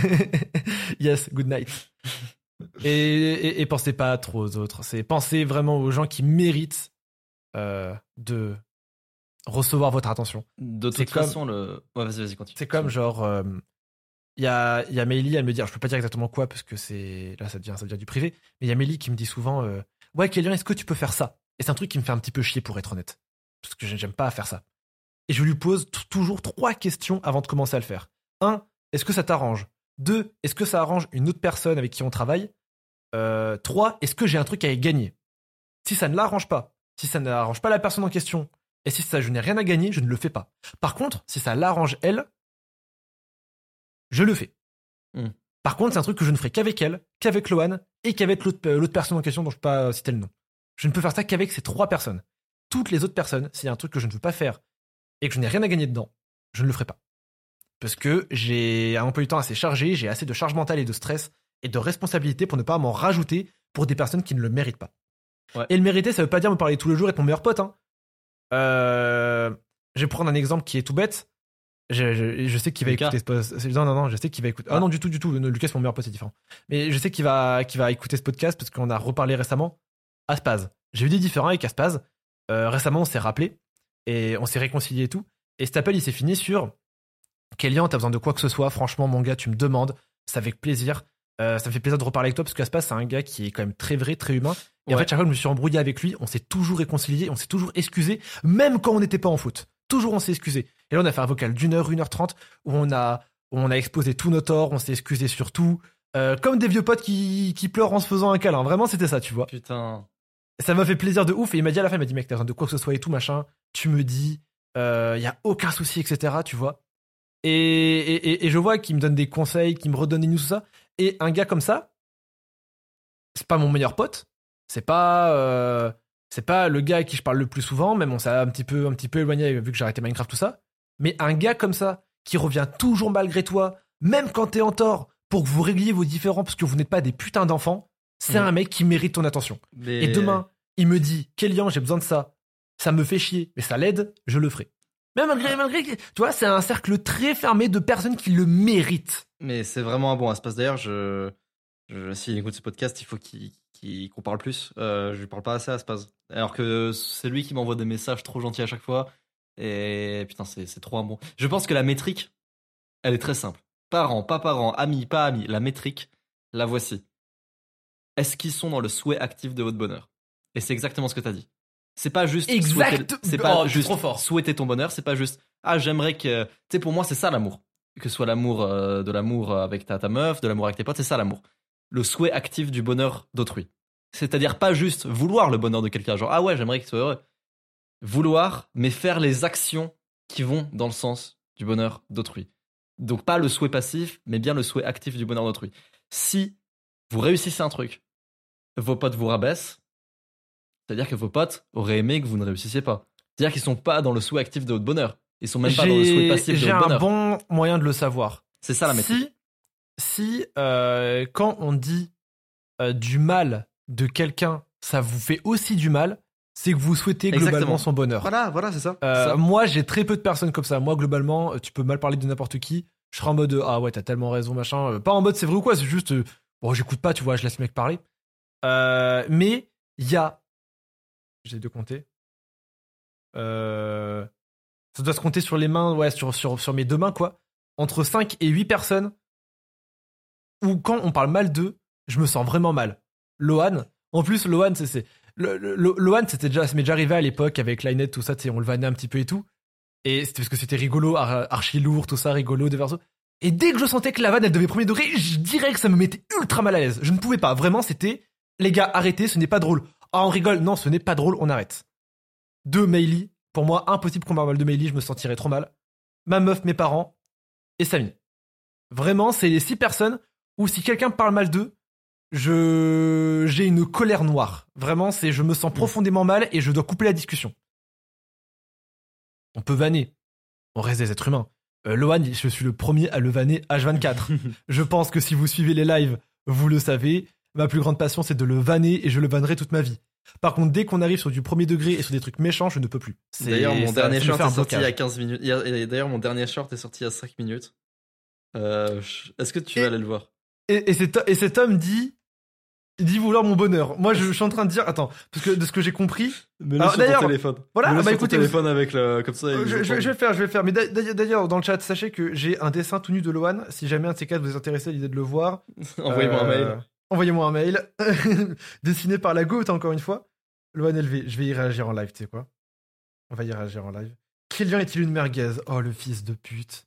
Speaker 1: yes, good night. Et, et, et pensez pas trop aux autres. C'est pensez vraiment aux gens qui méritent euh, de recevoir votre attention.
Speaker 2: De
Speaker 1: C'est
Speaker 2: toute
Speaker 1: comme-
Speaker 2: façon, le. Ouais, vas-y, vas-y, continue.
Speaker 1: C'est comme genre, il y a, y a Meili, elle me dit, alors je peux pas dire exactement quoi parce que c'est là ça devient, ça devient du privé, mais il y a Meili qui me dit souvent, euh, ouais Kélian, est-ce que tu peux faire ça? Et c'est un truc qui me fait un petit peu chier pour être honnête, parce que j'aime pas faire ça. Et je lui pose t- toujours trois questions avant de commencer à le faire. Un, est-ce que ça t'arrange? Deux, est-ce que ça arrange une autre personne avec qui on travaille? Euh, trois, est-ce que j'ai un truc à y gagner? Si ça ne l'arrange pas, si ça n'arrange pas la personne en question, et si ça je n'ai rien à gagner, je ne le fais pas. Par contre, si ça l'arrange elle, je le fais.
Speaker 2: Mm.
Speaker 1: Par contre, c'est un truc que je ne ferai qu'avec elle, qu'avec Loan et qu'avec l'autre, euh, l'autre personne en question dont je ne peux pas citer le nom. Je ne peux faire ça qu'avec ces trois personnes. Toutes les autres personnes, s'il y a un truc que je ne veux pas faire et que je n'ai rien à gagner dedans, je ne le ferai pas. Parce que j'ai un emploi du temps assez chargé, j'ai assez de charge mentale et de stress et de responsabilité pour ne pas m'en rajouter pour des personnes qui ne le méritent pas.
Speaker 2: Ouais.
Speaker 1: Et le mériter, ça veut pas dire me parler tous les jours et être mon meilleur pote. Hein. Euh, je vais prendre un exemple qui est tout bête. Je, je, je sais qu'il va
Speaker 2: Lucas.
Speaker 1: écouter ce podcast. Non, non, non, je sais qu'il va écouter. Ah
Speaker 2: Ah.
Speaker 1: non, du tout, du tout. Non, Lucas, c'est mon meilleur pote, c'est différent. Mais je sais qu'il va, qu'il va écouter ce podcast parce qu'on a reparlé récemment. Aspaz. J'ai eu des différends avec Aspaz. Euh, récemment, on s'est rappelé et on s'est réconcilié et tout. Et cet appel, il s'est fini sur Kélian, t'as besoin de quoi que ce soit. Franchement, mon gars, tu me demandes. C'est avec plaisir. Euh, ça me fait plaisir de reparler avec toi parce qu'Aspaz, c'est un gars qui est quand même très vrai, très humain. Et en
Speaker 2: Ouais.
Speaker 1: fait, chaque fois que je me suis embrouillé avec lui, on s'est toujours réconcilié, on s'est toujours excusé, même quand on n'était pas en faute. Toujours on s'est excusé. Et là, on a fait un vocal d'une heure, une heure trente, où on a, où on a exposé tous nos torts, on s'est excusé sur tout. Euh, comme des vieux potes qui, qui pleurent en se faisant un câlin. Vraiment, c'était ça, tu vois.
Speaker 2: Putain.
Speaker 1: Ça m'a fait plaisir de ouf. Et il m'a dit à la fin, il m'a dit, mec, t'as besoin de quoi que ce soit et tout, machin. Tu me dis, il euh, y a aucun souci, et cetera, tu vois. Et, et, et, et je vois qu'il me donne des conseils, qu'il me redonne des news, tout ça. Et un gars comme ça, c'est pas mon meilleur pote. C'est pas, euh, c'est pas le gars à qui je parle le plus souvent, même on s'est un petit peu, un petit peu éloigné vu que j'ai arrêté Minecraft, tout ça. Mais un gars comme ça, qui revient toujours malgré toi, même quand t'es en tort, pour que vous régliez vos différends parce que vous n'êtes pas des putains d'enfants, c'est
Speaker 2: Mhm.
Speaker 1: un mec qui mérite ton attention.
Speaker 2: Mais...
Speaker 1: Et demain, il me dit, Kélian, j'ai besoin de ça. ça me fait chier, mais ça l'aide, je le ferai. Mais malgré, malgré, tu vois, c'est un cercle très fermé de personnes qui le méritent.
Speaker 2: Mais c'est vraiment un bon espace. D'ailleurs, je, je, s'il écoute ce podcast, il faut qu'il, qu'il, qu'on parle plus. Euh, je lui parle pas assez à Spaz. Alors que c'est lui qui m'envoie des messages trop gentils à chaque fois. Et putain, c'est, c'est trop un bon. Je pense que la métrique, elle est très simple. Parents, pas parents, amis, pas amis. La métrique, la voici. Est-ce qu'ils sont dans le souhait actif de votre bonheur? Et c'est exactement ce que t'as dit. C'est pas juste
Speaker 1: Exact.
Speaker 2: souhaiter, c'est pas
Speaker 1: Oh,
Speaker 2: juste
Speaker 1: trop fort.
Speaker 2: souhaiter ton bonheur, c'est pas juste ah j'aimerais que tu sais pour moi c'est ça l'amour, que ce soit l'amour euh, de l'amour avec ta ta meuf, de l'amour avec tes potes, c'est ça l'amour. Le souhait actif du bonheur d'autrui. C'est-à-dire pas juste vouloir le bonheur de quelqu'un, genre ah ouais, j'aimerais qu'il soit heureux. Vouloir mais faire les actions qui vont dans le sens du bonheur d'autrui. Donc pas le souhait passif, mais bien le souhait actif du bonheur d'autrui. Si vous réussissez un truc, vos potes vous rabaissent, c'est-à-dire que vos potes auraient aimé que vous ne réussissiez pas. C'est-à-dire qu'ils sont pas dans le souhait actif de votre bonheur. Ils sont même pas
Speaker 1: J'ai,
Speaker 2: dans le souhait passif de
Speaker 1: j'ai
Speaker 2: votre
Speaker 1: un
Speaker 2: bonheur.
Speaker 1: bon moyen de le savoir.
Speaker 2: C'est ça la méthode.
Speaker 1: Si, si euh, quand on dit euh, du mal de quelqu'un, ça vous fait aussi du mal, c'est que vous souhaitez globalement
Speaker 2: Exactement.
Speaker 1: son bonheur.
Speaker 2: Voilà, voilà, c'est ça.
Speaker 1: Euh,
Speaker 2: C'est ça.
Speaker 1: moi, j'ai très peu de personnes comme ça. Moi, globalement, tu peux mal parler de n'importe qui. Je serai en mode ah ouais, t'as tellement raison, machin. Euh, Pas en mode c'est vrai ou quoi, c'est juste euh, bon, j'écoute pas, tu vois, je laisse le mec parler. Euh, mais il y a, j'ai de compter. Euh, ça doit se compter sur les mains, ouais, sur, sur, sur mes deux mains, quoi. Entre cinq et huit personnes où quand on parle mal d'eux, je me sens vraiment mal. Lohan, en plus, Lohan, c'est. c'est le, le, le- Lohan, c'était déjà, ça m'est déjà arrivé à l'époque avec Linet, tout ça, tu sais, on le vannait un petit peu et tout. Et c'était parce que c'était rigolo, ar- archi lourd, tout ça, rigolo, des versos. Et dès que je sentais que la vanne, elle devait premier degré, je dirais que ça me mettait ultra mal à l'aise. Je ne pouvais pas. Vraiment, c'était, les gars, arrêtez, ce n'est pas drôle. Ah, on rigole. Non, ce n'est pas drôle, on arrête. Deux, Meili. Pour moi, impossible qu'on parle mal de Meili, je me sentirais trop mal. Ma meuf, mes parents, et Samy. Vraiment, c'est les six personnes où si quelqu'un parle mal d'eux, je, j'ai une colère noire. Vraiment, c'est, je me sens profondément mal et je dois couper la discussion. On peut vanner. On reste des êtres humains. Euh, Lohan, je suis le premier à le vanner H vingt-quatre. Je pense que si vous suivez les lives, vous le savez. Ma plus grande passion, c'est de le vanner et je le vannerai toute ma vie. Par contre, dès qu'on arrive sur du premier degré et sur des trucs méchants, je ne peux plus. C'est-
Speaker 2: D'ailleurs, mon
Speaker 1: ça-
Speaker 2: dernier
Speaker 1: ça me
Speaker 2: short
Speaker 1: fait un
Speaker 2: est sorti il y a
Speaker 1: blocage.
Speaker 2: quinze minutes. Il y a- et D'ailleurs, mon dernier short est sorti il y a cinq minutes. Euh, je- Est-ce que tu vas
Speaker 1: Et-
Speaker 2: aller le voir?
Speaker 1: Et, et, cet, et cet homme dit, il dit vouloir mon bonheur. Moi, je, je suis en train de dire, attends, parce que de ce que j'ai compris,
Speaker 2: Mets-le
Speaker 1: Alors,
Speaker 2: sur ton
Speaker 1: d'ailleurs,
Speaker 2: téléphone.
Speaker 1: voilà,
Speaker 2: Mets-le
Speaker 1: bah,
Speaker 2: sur ton
Speaker 1: écoutez,
Speaker 2: téléphone avec le comme ça.
Speaker 1: Euh,
Speaker 2: il
Speaker 1: je,
Speaker 2: est
Speaker 1: je-
Speaker 2: pas-
Speaker 1: je vais le faire, je vais le faire. Mais d'a- d'a- d'ailleurs, dans le chat, sachez que j'ai un dessin tout nu de Lohan. Si jamais un de ces quatre vous est intéressé à l'idée de le voir,
Speaker 2: Envoyez-moi un
Speaker 1: euh,
Speaker 2: mail.
Speaker 1: Envoyez-moi un mail. Dessiné par la Goat, encore une fois. Lohan L V, je vais y réagir en live, tu sais quoi. On va y réagir en live. Kylian est-il une merguez? Oh, le fils de pute.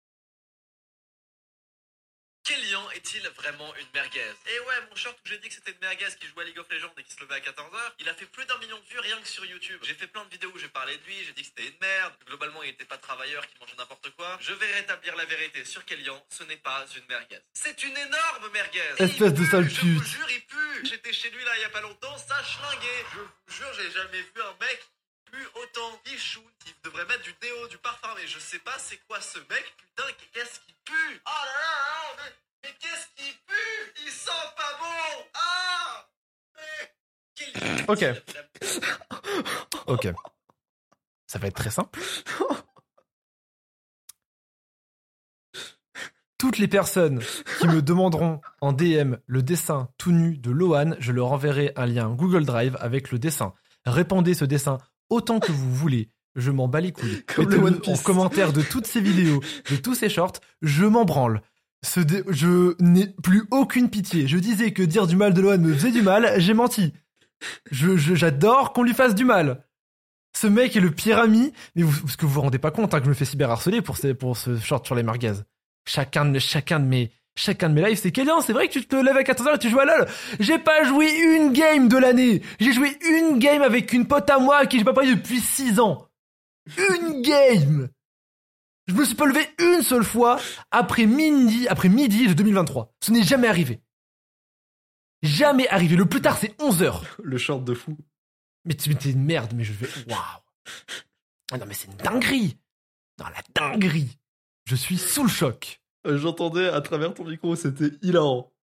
Speaker 3: Kylian est-il vraiment une merguez? Et ouais, mon short où j'ai dit que c'était une merguez qui jouait à League of Legends et qui se levait à quatorze heures, il a fait plus d'un million de vues rien que sur YouTube. J'ai fait plein de vidéos où j'ai parlé de lui, j'ai dit que c'était une merde, que globalement il était pas travailleur, qu'il mangeait n'importe quoi. Je vais rétablir la vérité sur Kylian, ce n'est pas une merguez. C'est une énorme merguez. Et
Speaker 1: Espèce
Speaker 3: il
Speaker 1: de
Speaker 3: pue,
Speaker 1: sale
Speaker 3: je vous
Speaker 1: pute.
Speaker 3: jure, il pue. J'étais chez lui là il y a pas longtemps, ça schlinguait. Je vous jure, j'ai jamais vu un mec plus autant. Il shoot, il devrait mettre du déo, du parfum, mais je sais pas c'est quoi ce mec, putain, qu'est-ce qui pue? Oh là là là, mais, mais qu'est-ce qui pue? Il sent pas bon. Ah, mais quel-
Speaker 1: Ok. Ok. Ça va être très simple. Toutes les personnes qui me demanderont en D M le dessin tout nu de Lohan, je leur enverrai un lien Google Drive avec le dessin. Répandez ce dessin autant que vous voulez. Je m'en bats les couilles.
Speaker 2: Comme le
Speaker 1: Mettez-le
Speaker 2: One
Speaker 1: en
Speaker 2: Piece.
Speaker 1: commentaire de toutes ces vidéos, de tous ces shorts. Je m'en branle. Ce dé- je n'ai plus aucune pitié. Je disais que dire du mal de Lohan me faisait du mal. J'ai menti. Je, je- j'adore qu'on lui fasse du mal. Ce mec est le pire ami. Mais vous, parce que vous vous rendez pas compte hein, que je me fais cyberharceler pour, ces- pour ce short sur les merguez. Chacun de mes, chacun de mes, chacun de mes lives, c'est Kélian, c'est vrai que tu te lèves à quatorze heures et tu joues à LoL. J'ai pas joué une game de l'année. J'ai joué une game avec une pote à moi à qui j'ai pas parlé depuis six ans. Une game. Je me suis pas levé une seule fois après midi, après midi de deux mille vingt-trois. Ce n'est jamais arrivé. Jamais arrivé. Le plus tard, c'est onze heures.
Speaker 2: Le short de fou.
Speaker 1: Mais tu- mais t'es une merde, mais je vais, waouh. Ah non, mais c'est une dinguerie. Dans la dinguerie. Je suis sous le choc.
Speaker 2: Euh, J'entendais à travers ton micro, c'était hilarant.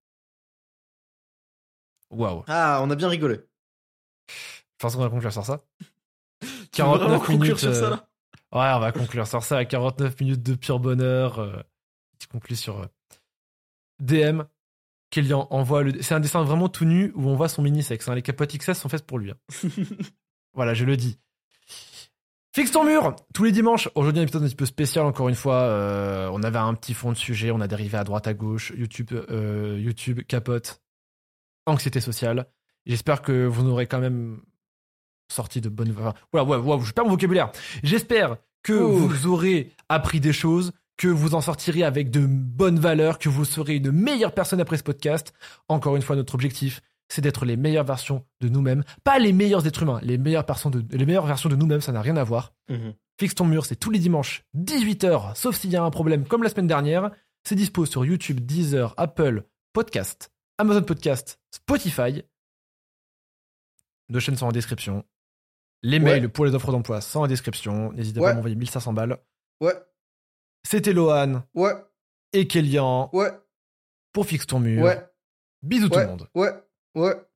Speaker 1: Waouh.
Speaker 2: Ah, on a bien rigolé.
Speaker 1: Je pense qu'on va conclure sur ça.
Speaker 2: Tu veux vraiment
Speaker 1: quarante-neuf
Speaker 2: conclure
Speaker 1: minutes.
Speaker 2: sur ça,
Speaker 1: euh,
Speaker 2: là
Speaker 1: Ouais, on va conclure sur ça. quarante-neuf minutes de pur bonheur. Euh, tu conclus sur euh, D M. Kélian envoie le. C'est un dessin vraiment tout nu où on voit son mini-sexe. Hein. Les capotes X S sont faites pour lui. Hein. Voilà, je le dis. Fixe ton mur tous les dimanches. Aujourd'hui, un épisode un petit peu spécial, encore une fois. Euh, on avait un petit fond de sujet, on a dérivé à droite, à gauche. YouTube, euh, YouTube, capote, anxiété sociale. J'espère que vous n'aurez quand même sorti de bonnes... Enfin, voilà, ouais, ouais, je perds mon vocabulaire. J'espère que
Speaker 2: Ouh.
Speaker 1: vous aurez appris des choses, que vous en sortirez avec de bonnes valeurs, que vous serez une meilleure personne après ce podcast. Encore une fois, notre objectif, c'est d'être les meilleures versions de nous-mêmes. Pas les meilleurs êtres humains, les meilleures, personnes de, les meilleures versions de nous-mêmes, ça n'a rien à voir.
Speaker 2: Mhm.
Speaker 1: Fixe ton mur, c'est tous les dimanches, dix-huit heures, sauf s'il y a un problème comme la semaine dernière. C'est dispo sur YouTube, Deezer, Apple, Podcast, Amazon Podcast, Spotify. Deux chaînes sont en description. Les
Speaker 4: Ouais.
Speaker 1: mails pour les offres d'emploi sont en description. N'hésitez pas
Speaker 4: Ouais.
Speaker 1: à m'envoyer mille cinq cents balles.
Speaker 4: Ouais,
Speaker 1: C'était Lohan
Speaker 4: ouais,
Speaker 1: et Kélian
Speaker 4: ouais,
Speaker 1: pour Fixe ton mur.
Speaker 4: ouais,
Speaker 1: Bisous tout le
Speaker 4: ouais,
Speaker 1: monde.
Speaker 4: ouais, ouais.